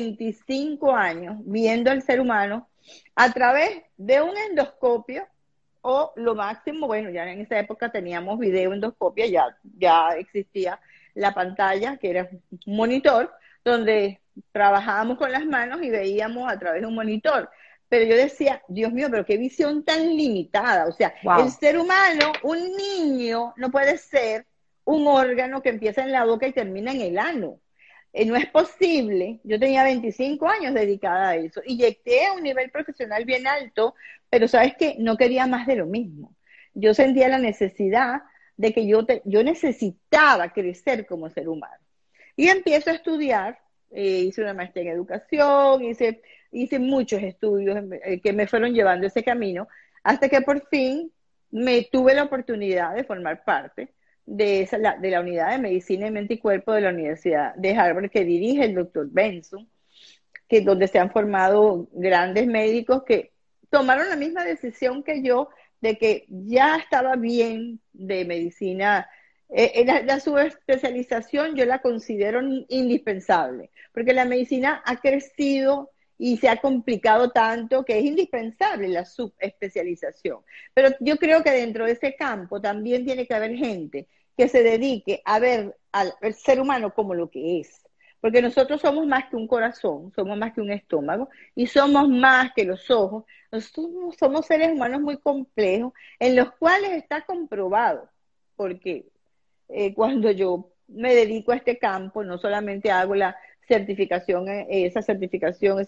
25 años viendo al ser humano a través de un endoscopio, o lo máximo, bueno, ya en esa época teníamos video endoscopia, ya existía la pantalla, que era un monitor, donde trabajábamos con las manos y veíamos a través de un monitor. Pero yo decía, Dios mío, pero qué visión tan limitada. O sea, el ser humano, un niño, no puede ser un órgano que empieza en la boca y termina en el ano. No es posible. Yo tenía 25 años dedicada a eso y llegué a un nivel profesional bien alto, pero ¿sabes qué? No quería más de lo mismo. Yo sentía la necesidad de que yo necesitaba crecer como ser humano. Y empiezo a estudiar, hice una maestría en educación, hice muchos estudios que me fueron llevando ese camino, hasta que por fin me tuve la oportunidad de formar parte de la unidad de medicina y mente y cuerpo de la Universidad de Harvard, que dirige el doctor Benson, donde se han formado grandes médicos que tomaron la misma decisión que yo, de que ya estaba bien de medicina. La subespecialización yo la considero indispensable, porque la medicina ha crecido y se ha complicado tanto que es indispensable la subespecialización. Pero yo creo que dentro de ese campo también tiene que haber gente que se dedique a ver al ser humano como lo que es. Porque nosotros somos más que un corazón, somos más que un estómago y somos más que los ojos. Nosotros somos seres humanos muy complejos en los cuales está comprobado, porque cuando yo me dedico a este campo, no solamente hago la certificación, esa certificación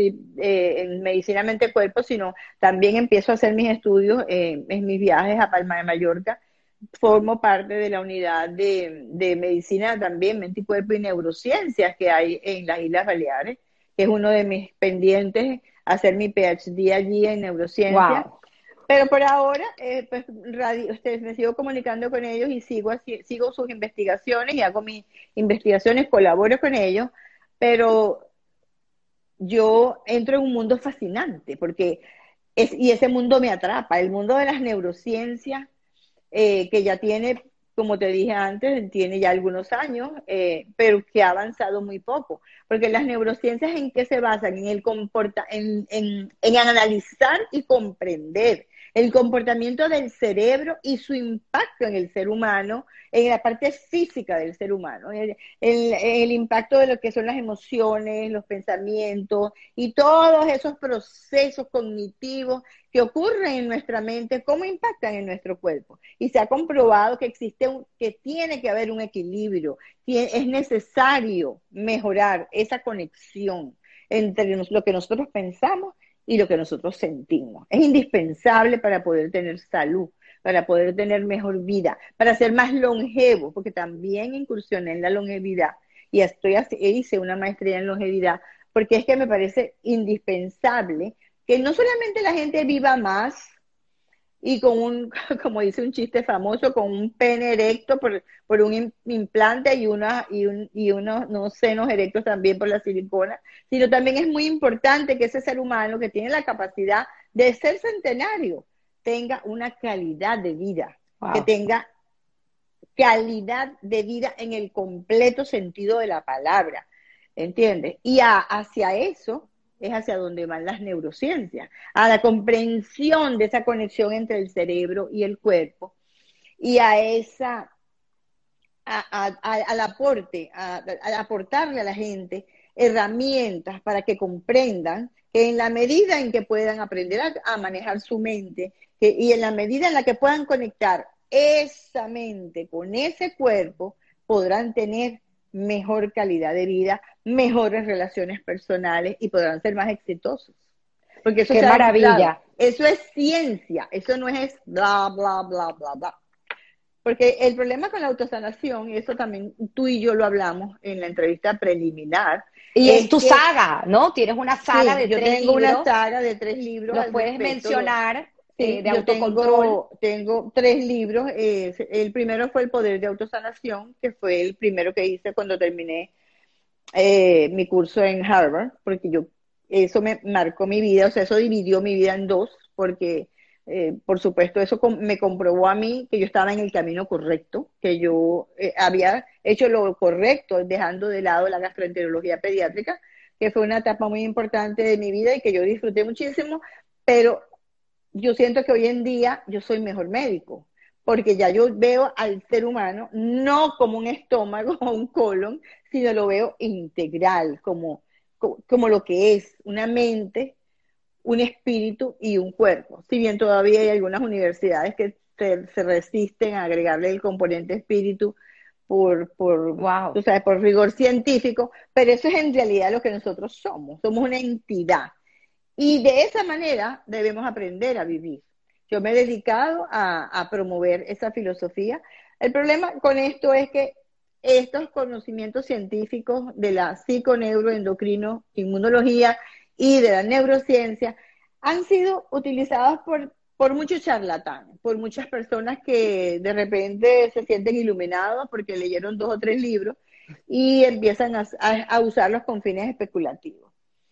en medicina mente cuerpo, sino también empiezo a hacer mis estudios en mis viajes a Palma de Mallorca. Formo parte de la unidad de medicina también, mente y cuerpo y neurociencias que hay en las Islas Baleares, que es uno de mis pendientes, hacer mi PhD allí en neurociencia. Pero por ahora, pues me sigo comunicando con ellos y sigo sus investigaciones y hago mis investigaciones, colaboro con ellos, pero yo entro en un mundo fascinante porque y ese mundo me atrapa, el mundo de las neurociencias, que ya tiene, como te dije antes, tiene ya algunos años, pero que ha avanzado muy poco, porque las neurociencias en qué se basan, en analizar y comprender el comportamiento del cerebro y su impacto en el ser humano, en la parte física del ser humano, el impacto de lo que son las emociones, los pensamientos y todos esos procesos cognitivos que ocurren en nuestra mente, cómo impactan en nuestro cuerpo. Y se ha comprobado que que tiene que haber un equilibrio, que es necesario mejorar esa conexión entre lo que nosotros pensamos y lo que nosotros sentimos. Es indispensable para poder tener salud, para poder tener mejor vida, para ser más longevo, porque también incursioné en la longevidad y hice una maestría en longevidad, porque es que me parece indispensable que no solamente la gente viva más y como dice un chiste famoso, con un pene erecto por un implante y unos senos erectos también por la silicona, sino también es muy importante que ese ser humano que tiene la capacidad de ser centenario tenga una calidad de vida, que Wow. tenga calidad de vida en el completo sentido de la palabra, ¿entiendes? Y hacia eso es hacia donde van las neurociencias, a la comprensión de esa conexión entre el cerebro y el cuerpo y al aporte, a aportarle a la gente herramientas para que comprendan que en la medida en que puedan aprender a manejar su mente y en la medida en la que puedan conectar esa mente con ese cuerpo, podrán tener mejor calidad de vida, mejores relaciones personales y podrán ser más exitosos. Porque eso Qué se ha demostrado. maravilla. Eso es ciencia, eso no es bla, bla, bla, bla, bla. Porque el problema con la autosanación, y eso también tú y yo lo hablamos en la entrevista preliminar, Y es es tu que saga, ¿no? Tienes una saga sí, de yo tres tengo una libros. saga de 3 libros ¿Los al puedes respecto. mencionar Sí, de yo autocontrol? tengo 3 libros. El primero fue El poder de autosanación, que fue el primero que hice cuando terminé mi curso en Harvard, porque eso me marcó mi vida, o sea, eso dividió mi vida en dos, porque por supuesto eso me comprobó a mí que yo estaba en el camino correcto, que yo había hecho lo correcto, dejando de lado la gastroenterología pediátrica, que fue una etapa muy importante de mi vida y que yo disfruté muchísimo, pero yo siento que hoy en día yo soy mejor médico, porque ya yo veo al ser humano no como un estómago o un colon, sino lo veo integral, como lo que es una mente, un espíritu y un cuerpo. Si bien todavía hay algunas universidades que se resisten a agregarle el componente espíritu Wow. tú sabes, por rigor científico, pero eso es en realidad lo que nosotros somos una entidad y de esa manera debemos aprender a vivir. Yo me he dedicado a promover esa filosofía. El problema con esto es que estos conocimientos científicos de la psiconeuroendocrino, inmunología y de la neurociencia han sido utilizados por muchos charlatanes, por muchas personas que de repente se sienten iluminados porque leyeron 2 o 3 libros y empiezan a usarlos con fines especulativos.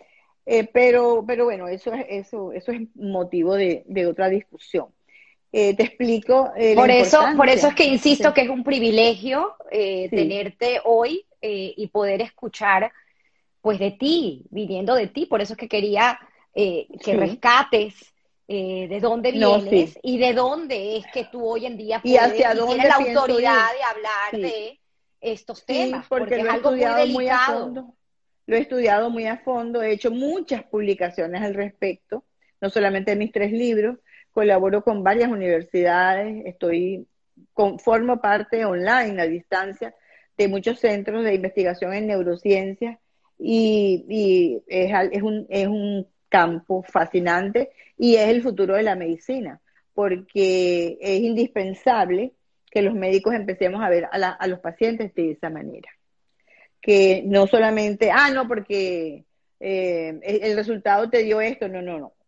Pero bueno, eso es motivo de otra discusión. Te explico la Por eso es importancia. que insisto Sí, que es un privilegio sí, tenerte hoy y poder escuchar pues de ti, viniendo de ti. Por eso es que quería que sí, rescates de dónde no, vienes sí. y de dónde es que tú hoy en día ¿Y puedes hacia y tienes dónde la pienso autoridad ir? de hablar Sí, de estos sí, temas, porque porque es lo he algo muy estudiado muy a delicado. fondo. Lo he estudiado muy a fondo, he hecho muchas publicaciones al respecto, no solamente en mis 3 libros, colaboro con varias universidades, formo parte online, a distancia, de muchos centros de investigación en neurociencias y es un campo fascinante y es el futuro de la medicina, porque es indispensable que los médicos empecemos a ver a los pacientes de esa manera que no solamente, no, porque el resultado te dio esto, no, no, no.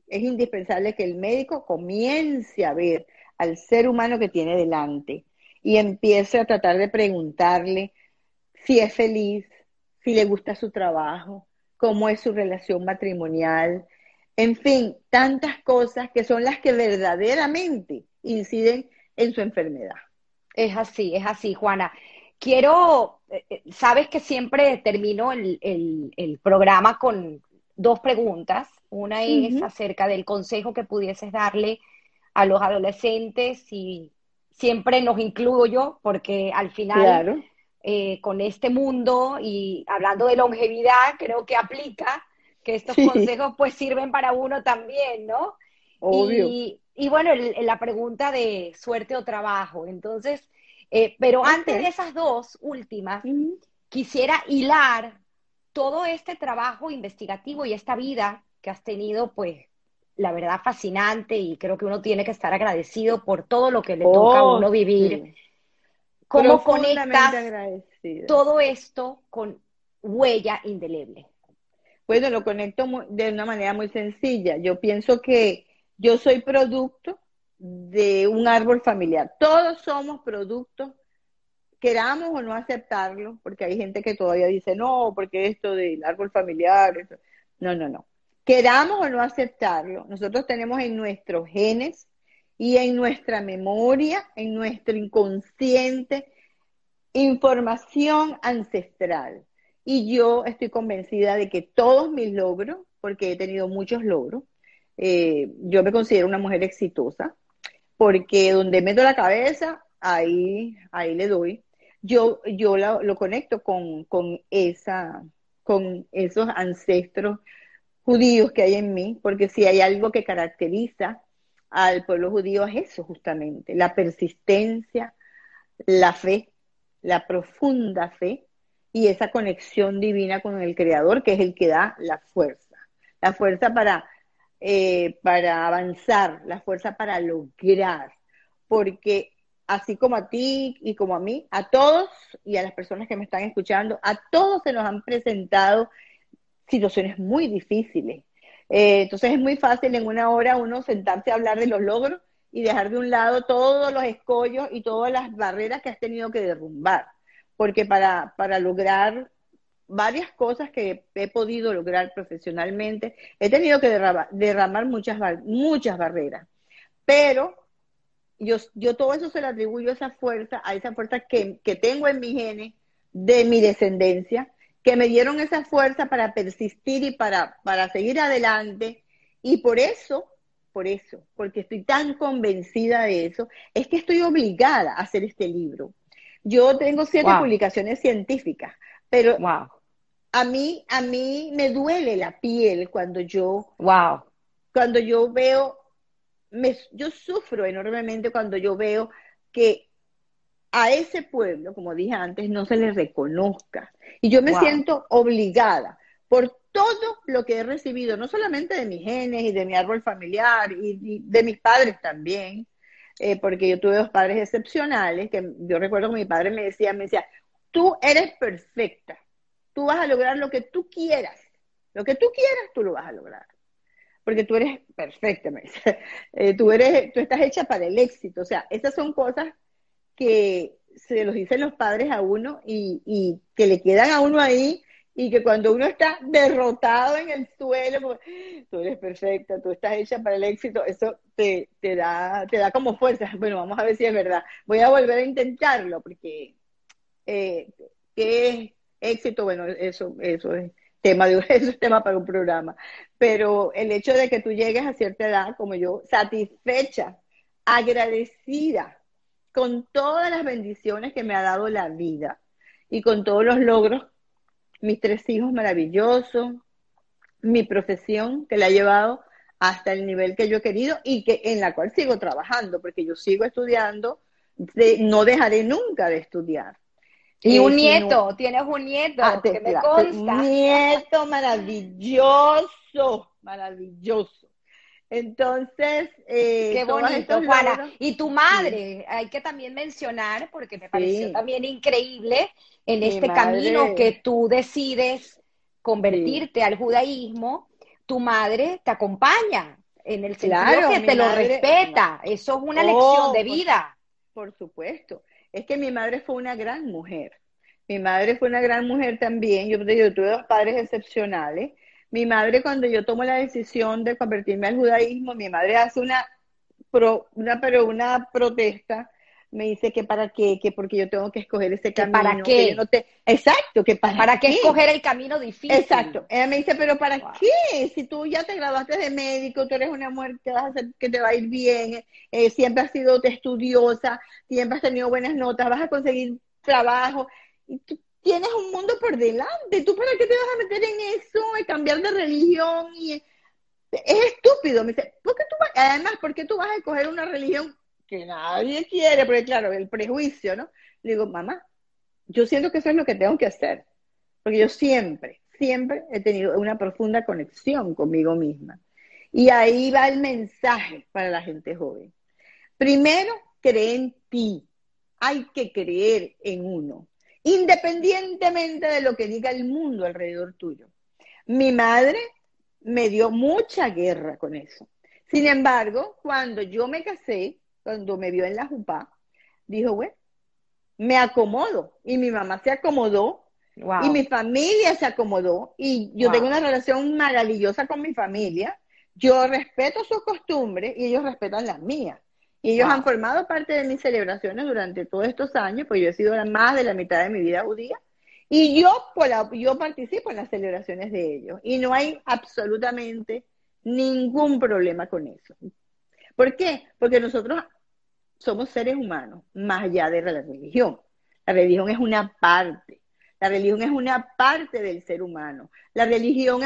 es indispensable que el médico comience a ver al ser humano que tiene delante y empiece a tratar de preguntarle si es feliz, si le gusta su trabajo, cómo es su relación matrimonial, en fin, tantas cosas que son las que verdaderamente inciden en su enfermedad. Es así, Juana. Quiero, sabes que siempre termino el programa con dos preguntas. Una es Ujú, acerca del consejo que pudieses darle a los adolescentes y siempre nos incluyo yo porque al final claro, con este mundo y hablando de longevidad creo que aplica que estos sí, consejos pues sirven para uno también, ¿no? obvio. Y bueno, la pregunta de suerte o trabajo. Entonces, pero Ok. antes de esas dos últimas, Ujú. quisiera hilar todo este trabajo investigativo y esta vida que has tenido, pues, la verdad fascinante y creo que uno tiene que estar agradecido por todo lo que le toca a Oh, uno vivir. sí, ¿Cómo profundamente conectas agradecida. todo esto con huella indeleble? Bueno, lo conecto de una manera muy sencilla. Yo pienso que yo soy producto de un árbol familiar. Todos somos productos, queramos o no aceptarlo, porque hay gente que todavía dice, no, porque esto del árbol familiar, eso". No, no, no. Queramos o no aceptarlo, nosotros tenemos en nuestros genes y en nuestra memoria, en nuestro inconsciente, información ancestral. Y yo estoy convencida de que todos mis logros, porque he tenido muchos logros, yo me considero una mujer exitosa, porque donde meto la cabeza, ahí le doy. Yo lo conecto con esos ancestros judíos que hay en mí, porque si hay algo que caracteriza al pueblo judío es eso justamente, la persistencia, la fe, la profunda fe y esa conexión divina con el Creador, que es el que da la fuerza para avanzar, la fuerza para lograr, porque así como a ti y como a mí, a todos y a las personas que me están escuchando, a todos se nos han presentado situaciones muy difíciles. Entonces es muy fácil en una hora uno sentarse a hablar de los logros y dejar de un lado todos los escollos y todas las barreras que has tenido que derrumbar. Porque para lograr varias cosas que he podido lograr profesionalmente, he tenido que derramar muchas barreras. Pero yo todo eso se lo atribuyo a esa fuerza que tengo en mi genes, de mi descendencia, que me dieron esa fuerza para persistir y para seguir adelante. Y porque estoy tan convencida de eso, es que estoy obligada a hacer este libro. Yo tengo 7 Wow, publicaciones científicas, pero wow, a mí me duele la piel wow. cuando yo veo, yo sufro enormemente cuando yo veo que a ese pueblo, como dije antes, no se le reconozca. Y yo me Wow, siento obligada por todo lo que he recibido, no solamente de mis genes y de mi árbol familiar y de mis padres también, porque yo tuve 2 padres excepcionales, que yo recuerdo que mi padre me decía, tú eres perfecta, tú vas a lograr lo que tú quieras, tú lo vas a lograr porque tú eres perfecta, me dice. Tú estás hecha para el éxito. O sea, esas son cosas que se los dicen los padres a uno y que le quedan a uno ahí y que cuando uno está derrotado en el suelo, como, tú eres perfecta, tú estás hecha para el éxito, eso te da como fuerza. Bueno, vamos a ver si es verdad. Voy a volver a intentarlo porque eh, ¿qué es éxito? Bueno, eso es eso es tema para un programa. Pero el hecho de que tú llegues a cierta edad, como yo, satisfecha, agradecida con todas las bendiciones que me ha dado la vida y con todos los logros, mis 3 hijos maravillosos, mi profesión que la ha llevado hasta el nivel que yo he querido y que en la cual sigo trabajando, porque yo sigo estudiando, no dejaré nunca de estudiar. Y un Sino nieto, tienes un nieto que me un consta. nieto maravilloso, maravilloso. Entonces, Qué todos estos bonito, Juana. logros, Y tu sí, madre, hay que también mencionar, porque me pareció sí, también increíble en mi este camino madre, que tú decides sí, convertirte al judaísmo, tu madre te acompaña. en el sentido Claro, que mi te lo madre, respeta. Eso es una lección de vida. por supuesto. Es que mi madre fue una gran mujer. Mi madre fue una gran mujer también. Yo tuve dos padres excepcionales. Mi madre, cuando yo tomo la decisión de convertirme al judaísmo, mi madre hace una protesta. Me dice que para qué, que porque yo tengo que escoger ese ¿Que para camino, que yo qué? no te... Exacto, que para ¿Para qué qué. escoger el camino difícil? Exacto. Ella me dice, pero ¿para Wow. qué? Si tú ya te graduaste de médico, tú eres una mujer que vas a hacer, que te va a ir bien, siempre has sido estudiosa, siempre has tenido buenas notas, vas a conseguir trabajo, y tú tienes un mundo por delante. ¿Tú para qué te vas a meter en eso, de cambiar de religión? Es estúpido. Me dice, además, ¿por qué tú vas a escoger una religión que nadie quiere? Porque claro, el prejuicio, ¿no? Le digo, mamá, yo siento que eso es lo que tengo que hacer. Porque yo siempre he tenido una profunda conexión conmigo misma. Y ahí va el mensaje para la gente joven. Primero, cree en ti. Hay que creer en uno, independientemente de lo que diga el mundo alrededor tuyo. Mi madre me dio mucha guerra con eso. Sin embargo, cuando yo me casé, cuando me vio en la jupá, dijo, bueno, me acomodo. Y mi mamá se acomodó y mi Wow. familia se acomodó y yo tengo Wow. una relación maravillosa con mi familia. Yo respeto sus costumbres y ellos respetan las mías. Y ellos han Wow. formado parte de mis celebraciones durante todos estos años, pues yo he sido más de la mitad de mi vida judía. Y yo participo en las celebraciones de ellos. Y no hay absolutamente ningún problema con eso. ¿Por qué? Porque nosotros somos seres humanos, más allá de la religión. La religión es una parte. La religión es una parte del ser humano. La religión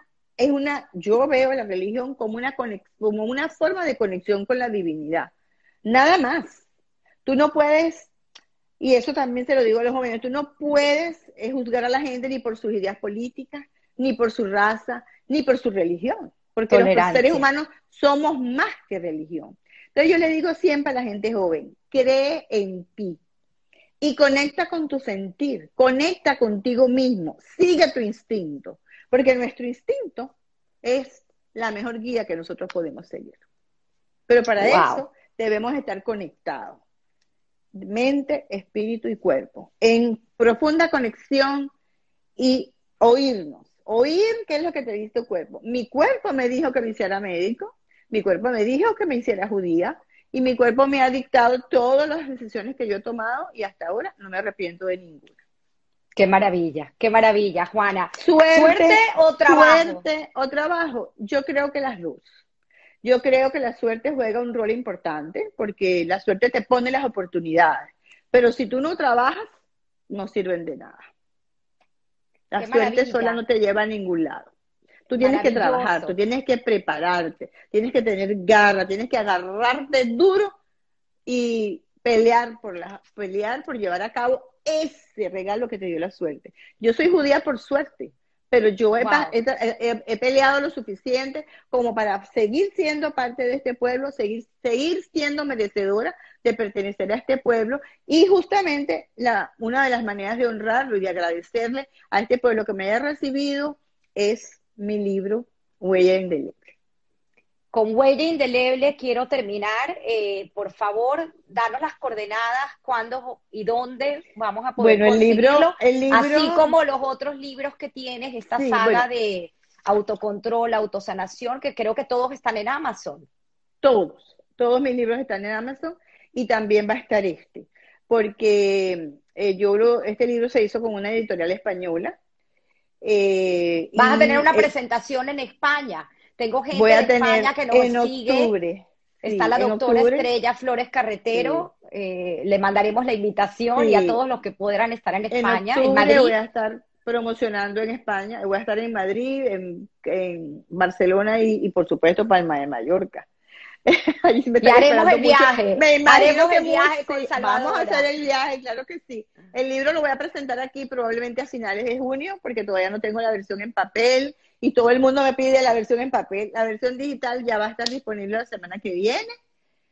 yo veo la religión como como una forma de conexión con la divinidad. Nada más. Tú no puedes, y eso también se lo digo a los jóvenes, tú no puedes juzgar a la gente ni por sus ideas políticas, ni por su raza, ni por su religión. Porque los seres Tolerancia. humanos somos más que religión. Entonces yo le digo siempre a la gente joven, cree en ti y conecta con tu sentir, conecta contigo mismo, sigue tu instinto, porque nuestro instinto es la mejor guía que nosotros podemos seguir. Pero para Wow. eso debemos estar conectados, mente, espíritu y cuerpo, en profunda conexión y oírnos. Oír qué es lo que te dice tu cuerpo. Mi cuerpo me dijo que me hiciera médico, mi cuerpo me dijo que me hiciera judía, y mi cuerpo me ha dictado todas las decisiones que yo he tomado y hasta ahora no me arrepiento de ninguna. Qué maravilla, Juana. ¿Suerte Suerte, o trabajo? suerte o trabajo. Yo creo que las dos. Yo creo que la suerte juega un rol importante porque la suerte te pone las oportunidades. Pero si tú no trabajas, no sirven de nada. La Qué suerte sola maravilla. no te lleva a ningún lado. Tú tienes que trabajar, tú Maravilloso. tienes que prepararte, tienes que tener garra, tienes que agarrarte duro y pelear por llevar a cabo ese regalo que te dio la suerte. Yo soy judía por suerte, pero yo Wow. he peleado lo suficiente como para seguir siendo parte de este pueblo, seguir siendo merecedora de pertenecer a este pueblo y justamente una de las maneras de honrarlo y de agradecerle a este pueblo que me haya recibido es mi libro Huella Indeleble. Con huella indeleble quiero terminar. Por favor, danos las coordenadas, cuándo y dónde vamos a poder Bueno, conseguirlo, el así libro, como los otros libros que tienes, esta sí, bueno, saga de autocontrol, autosanación, que creo que todos están en Amazon. todos mis libros están en Amazon y también va a estar porque este libro se hizo con una editorial española Vas a tener y una presentación en España. Tengo voy gente de a España tener que nos en sigue. octubre, Está sí, la en doctora octubre, Estrella Flores sí, Carretero. Le mandaremos la invitación y a sí, todos los que podrán estar en en España, en octubre voy Madrid. a estar promocionando en España, voy a estar en Madrid, en Barcelona y por supuesto Palma de Mallorca. Ahí me Y están esperando mucho. Me imagino haremos que el muchos, viaje con sí, vamos a hacer Salvadora. el viaje, claro que sí. El libro lo voy a presentar aquí probablemente a finales de junio, porque todavía no tengo la versión en papel y todo el mundo me pide la versión en papel. La versión digital ya va a estar disponible la semana que viene.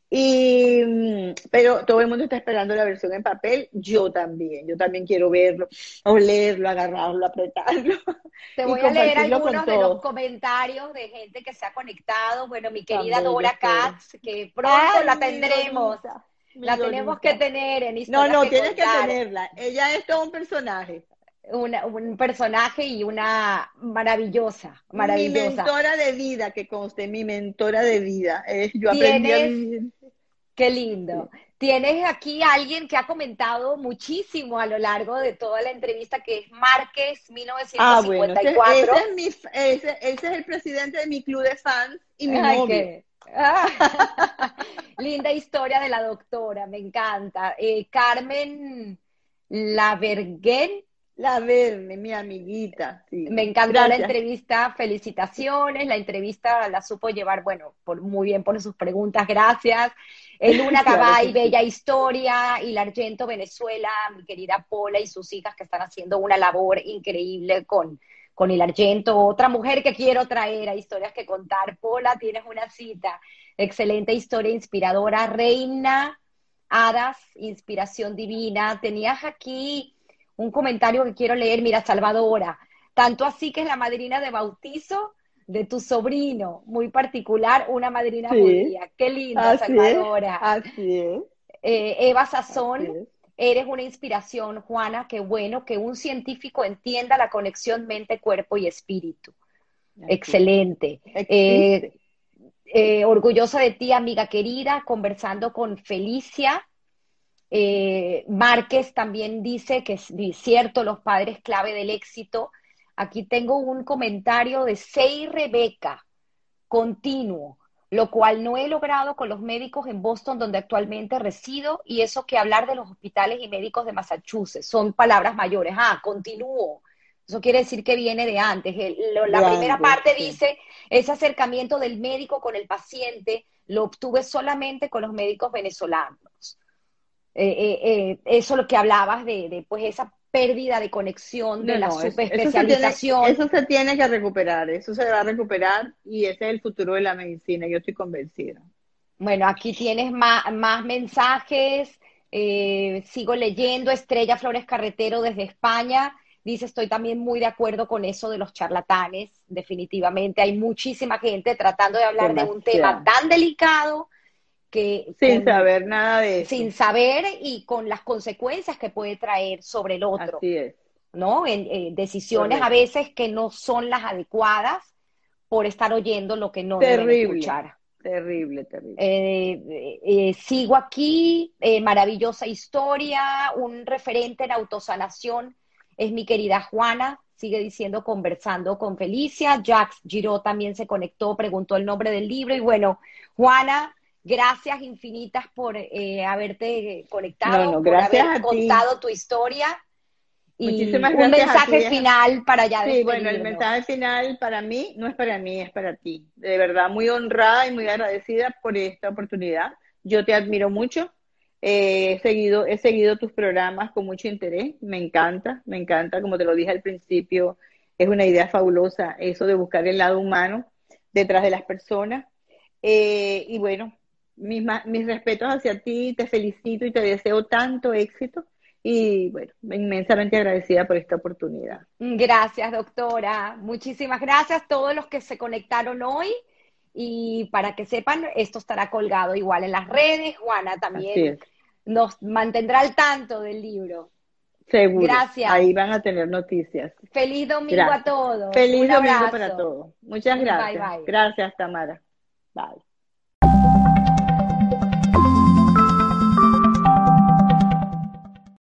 Pero todo el mundo está esperando la versión en papel, yo también quiero verlo, olerlo, agarrarlo, apretarlo Te y voy a leer compartirlo con algunos de los todos. comentarios de gente que se ha conectado. Bueno, mi Tan querida bellos Dora todos. Katz, que pronto Ay, la tendremos, mi la tenemos que Donita. tener en No, historias no, que tienes que contar. tenerla. Ella es todo un personaje. Un personaje y una maravillosa, Mi maravillosa. mentora de vida, que conste, mi mentora de vida. Yo aprendí a Tienes, vivir. qué Sí. lindo. Tienes aquí a alguien que ha comentado muchísimo a lo largo de toda la entrevista, que es Márquez Ah, bueno, ese 1954. es ese es el presidente de mi club de fans y mi Ay, novio. qué. Ah. Linda historia de la doctora, me encanta. Carmen Laverguén, La Verne, mi amiguita, me sí. encantó la Gracias. entrevista, felicitaciones. La entrevista la supo llevar, bueno, muy bien por sus preguntas, gracias. Luna Claro Gabay, que sí. bella historia. Y Argento, Venezuela, mi querida Pola y sus hijas que están haciendo una labor increíble con el Argento. Otra mujer que quiero traer a historias que contar. Pola, tienes una cita. Excelente historia, inspiradora. Reina, hadas, inspiración divina. Tenías aquí un comentario que quiero leer. Mira, Salvadora, tanto así que es la madrina de bautizo de tu sobrino, muy particular, una madrina Sí, judía. Qué linda, así es, Salvadora. así es, Eva así Sazón, es, eres una inspiración, Juana. Qué bueno que un científico entienda la conexión mente, cuerpo y espíritu. así es. Excelente. Existe. Orgullosa de ti, amiga querida, conversando con Felicia. Márquez también dice que es cierto, los padres clave del éxito. Aquí tengo un comentario de Sei Rebeca, continuo, lo cual no he logrado con los médicos en Boston, donde actualmente resido, y eso que hablar de los hospitales y médicos de Massachusetts, son palabras mayores. Ah, continúo. Eso quiere decir que viene de antes. De La primera antes, parte sí. dice, ese acercamiento del médico con el paciente lo obtuve solamente con los médicos venezolanos. Eso lo que hablabas de pues esa pérdida de conexión de No, la no, subespecialización. eso se tiene que recuperar, eso se va a recuperar y ese es el futuro de la medicina, yo estoy convencida. Bueno, aquí tienes más mensajes. Sigo leyendo. Estrella Flores Carretero desde España. Dice, estoy también muy de acuerdo con eso de los charlatanes. Definitivamente hay muchísima gente tratando de hablar de un tema Demasiado. tan delicado que Sin saber nada de sin eso. saber y con las consecuencias que puede traer sobre el otro, Así es, ¿no? En decisiones a correcto. veces que no son las adecuadas por estar oyendo lo que no deben Terrible, escuchar. terrible, terrible. Sigo aquí, maravillosa historia, un referente en autosanación es mi querida Juana, sigue diciendo conversando con Felicia. Jacques Giraud también se conectó, preguntó el nombre del libro y bueno, Juana, gracias infinitas por haberte No, conectado, no, por gracias haber a ti. contado tu historia y Muchísimas un gracias a mensaje ti. final para ya Sí, bueno, el despedirnos. mensaje final para mí no es para mí, es para ti. De verdad, muy honrada y muy agradecida por esta oportunidad. Yo te admiro mucho. He seguido tus programas con mucho interés. Me encanta, como te lo dije al principio, es una idea fabulosa eso de buscar el lado humano detrás de las personas. Y bueno, mis respetos hacia ti, te felicito y te deseo tanto éxito. Y bueno, inmensamente agradecida por esta oportunidad. Gracias, doctora. Muchísimas gracias a todos los que se conectaron hoy. Y para que sepan, esto estará colgado igual en las redes. Juana Así también es. nos mantendrá al tanto del libro. Seguro, Gracias. ahí van a tener noticias. Feliz domingo a Gracias. todos. Un Feliz domingo para abrazo. todos. Muchas Bye gracias. bye. Gracias, Tamara. Bye.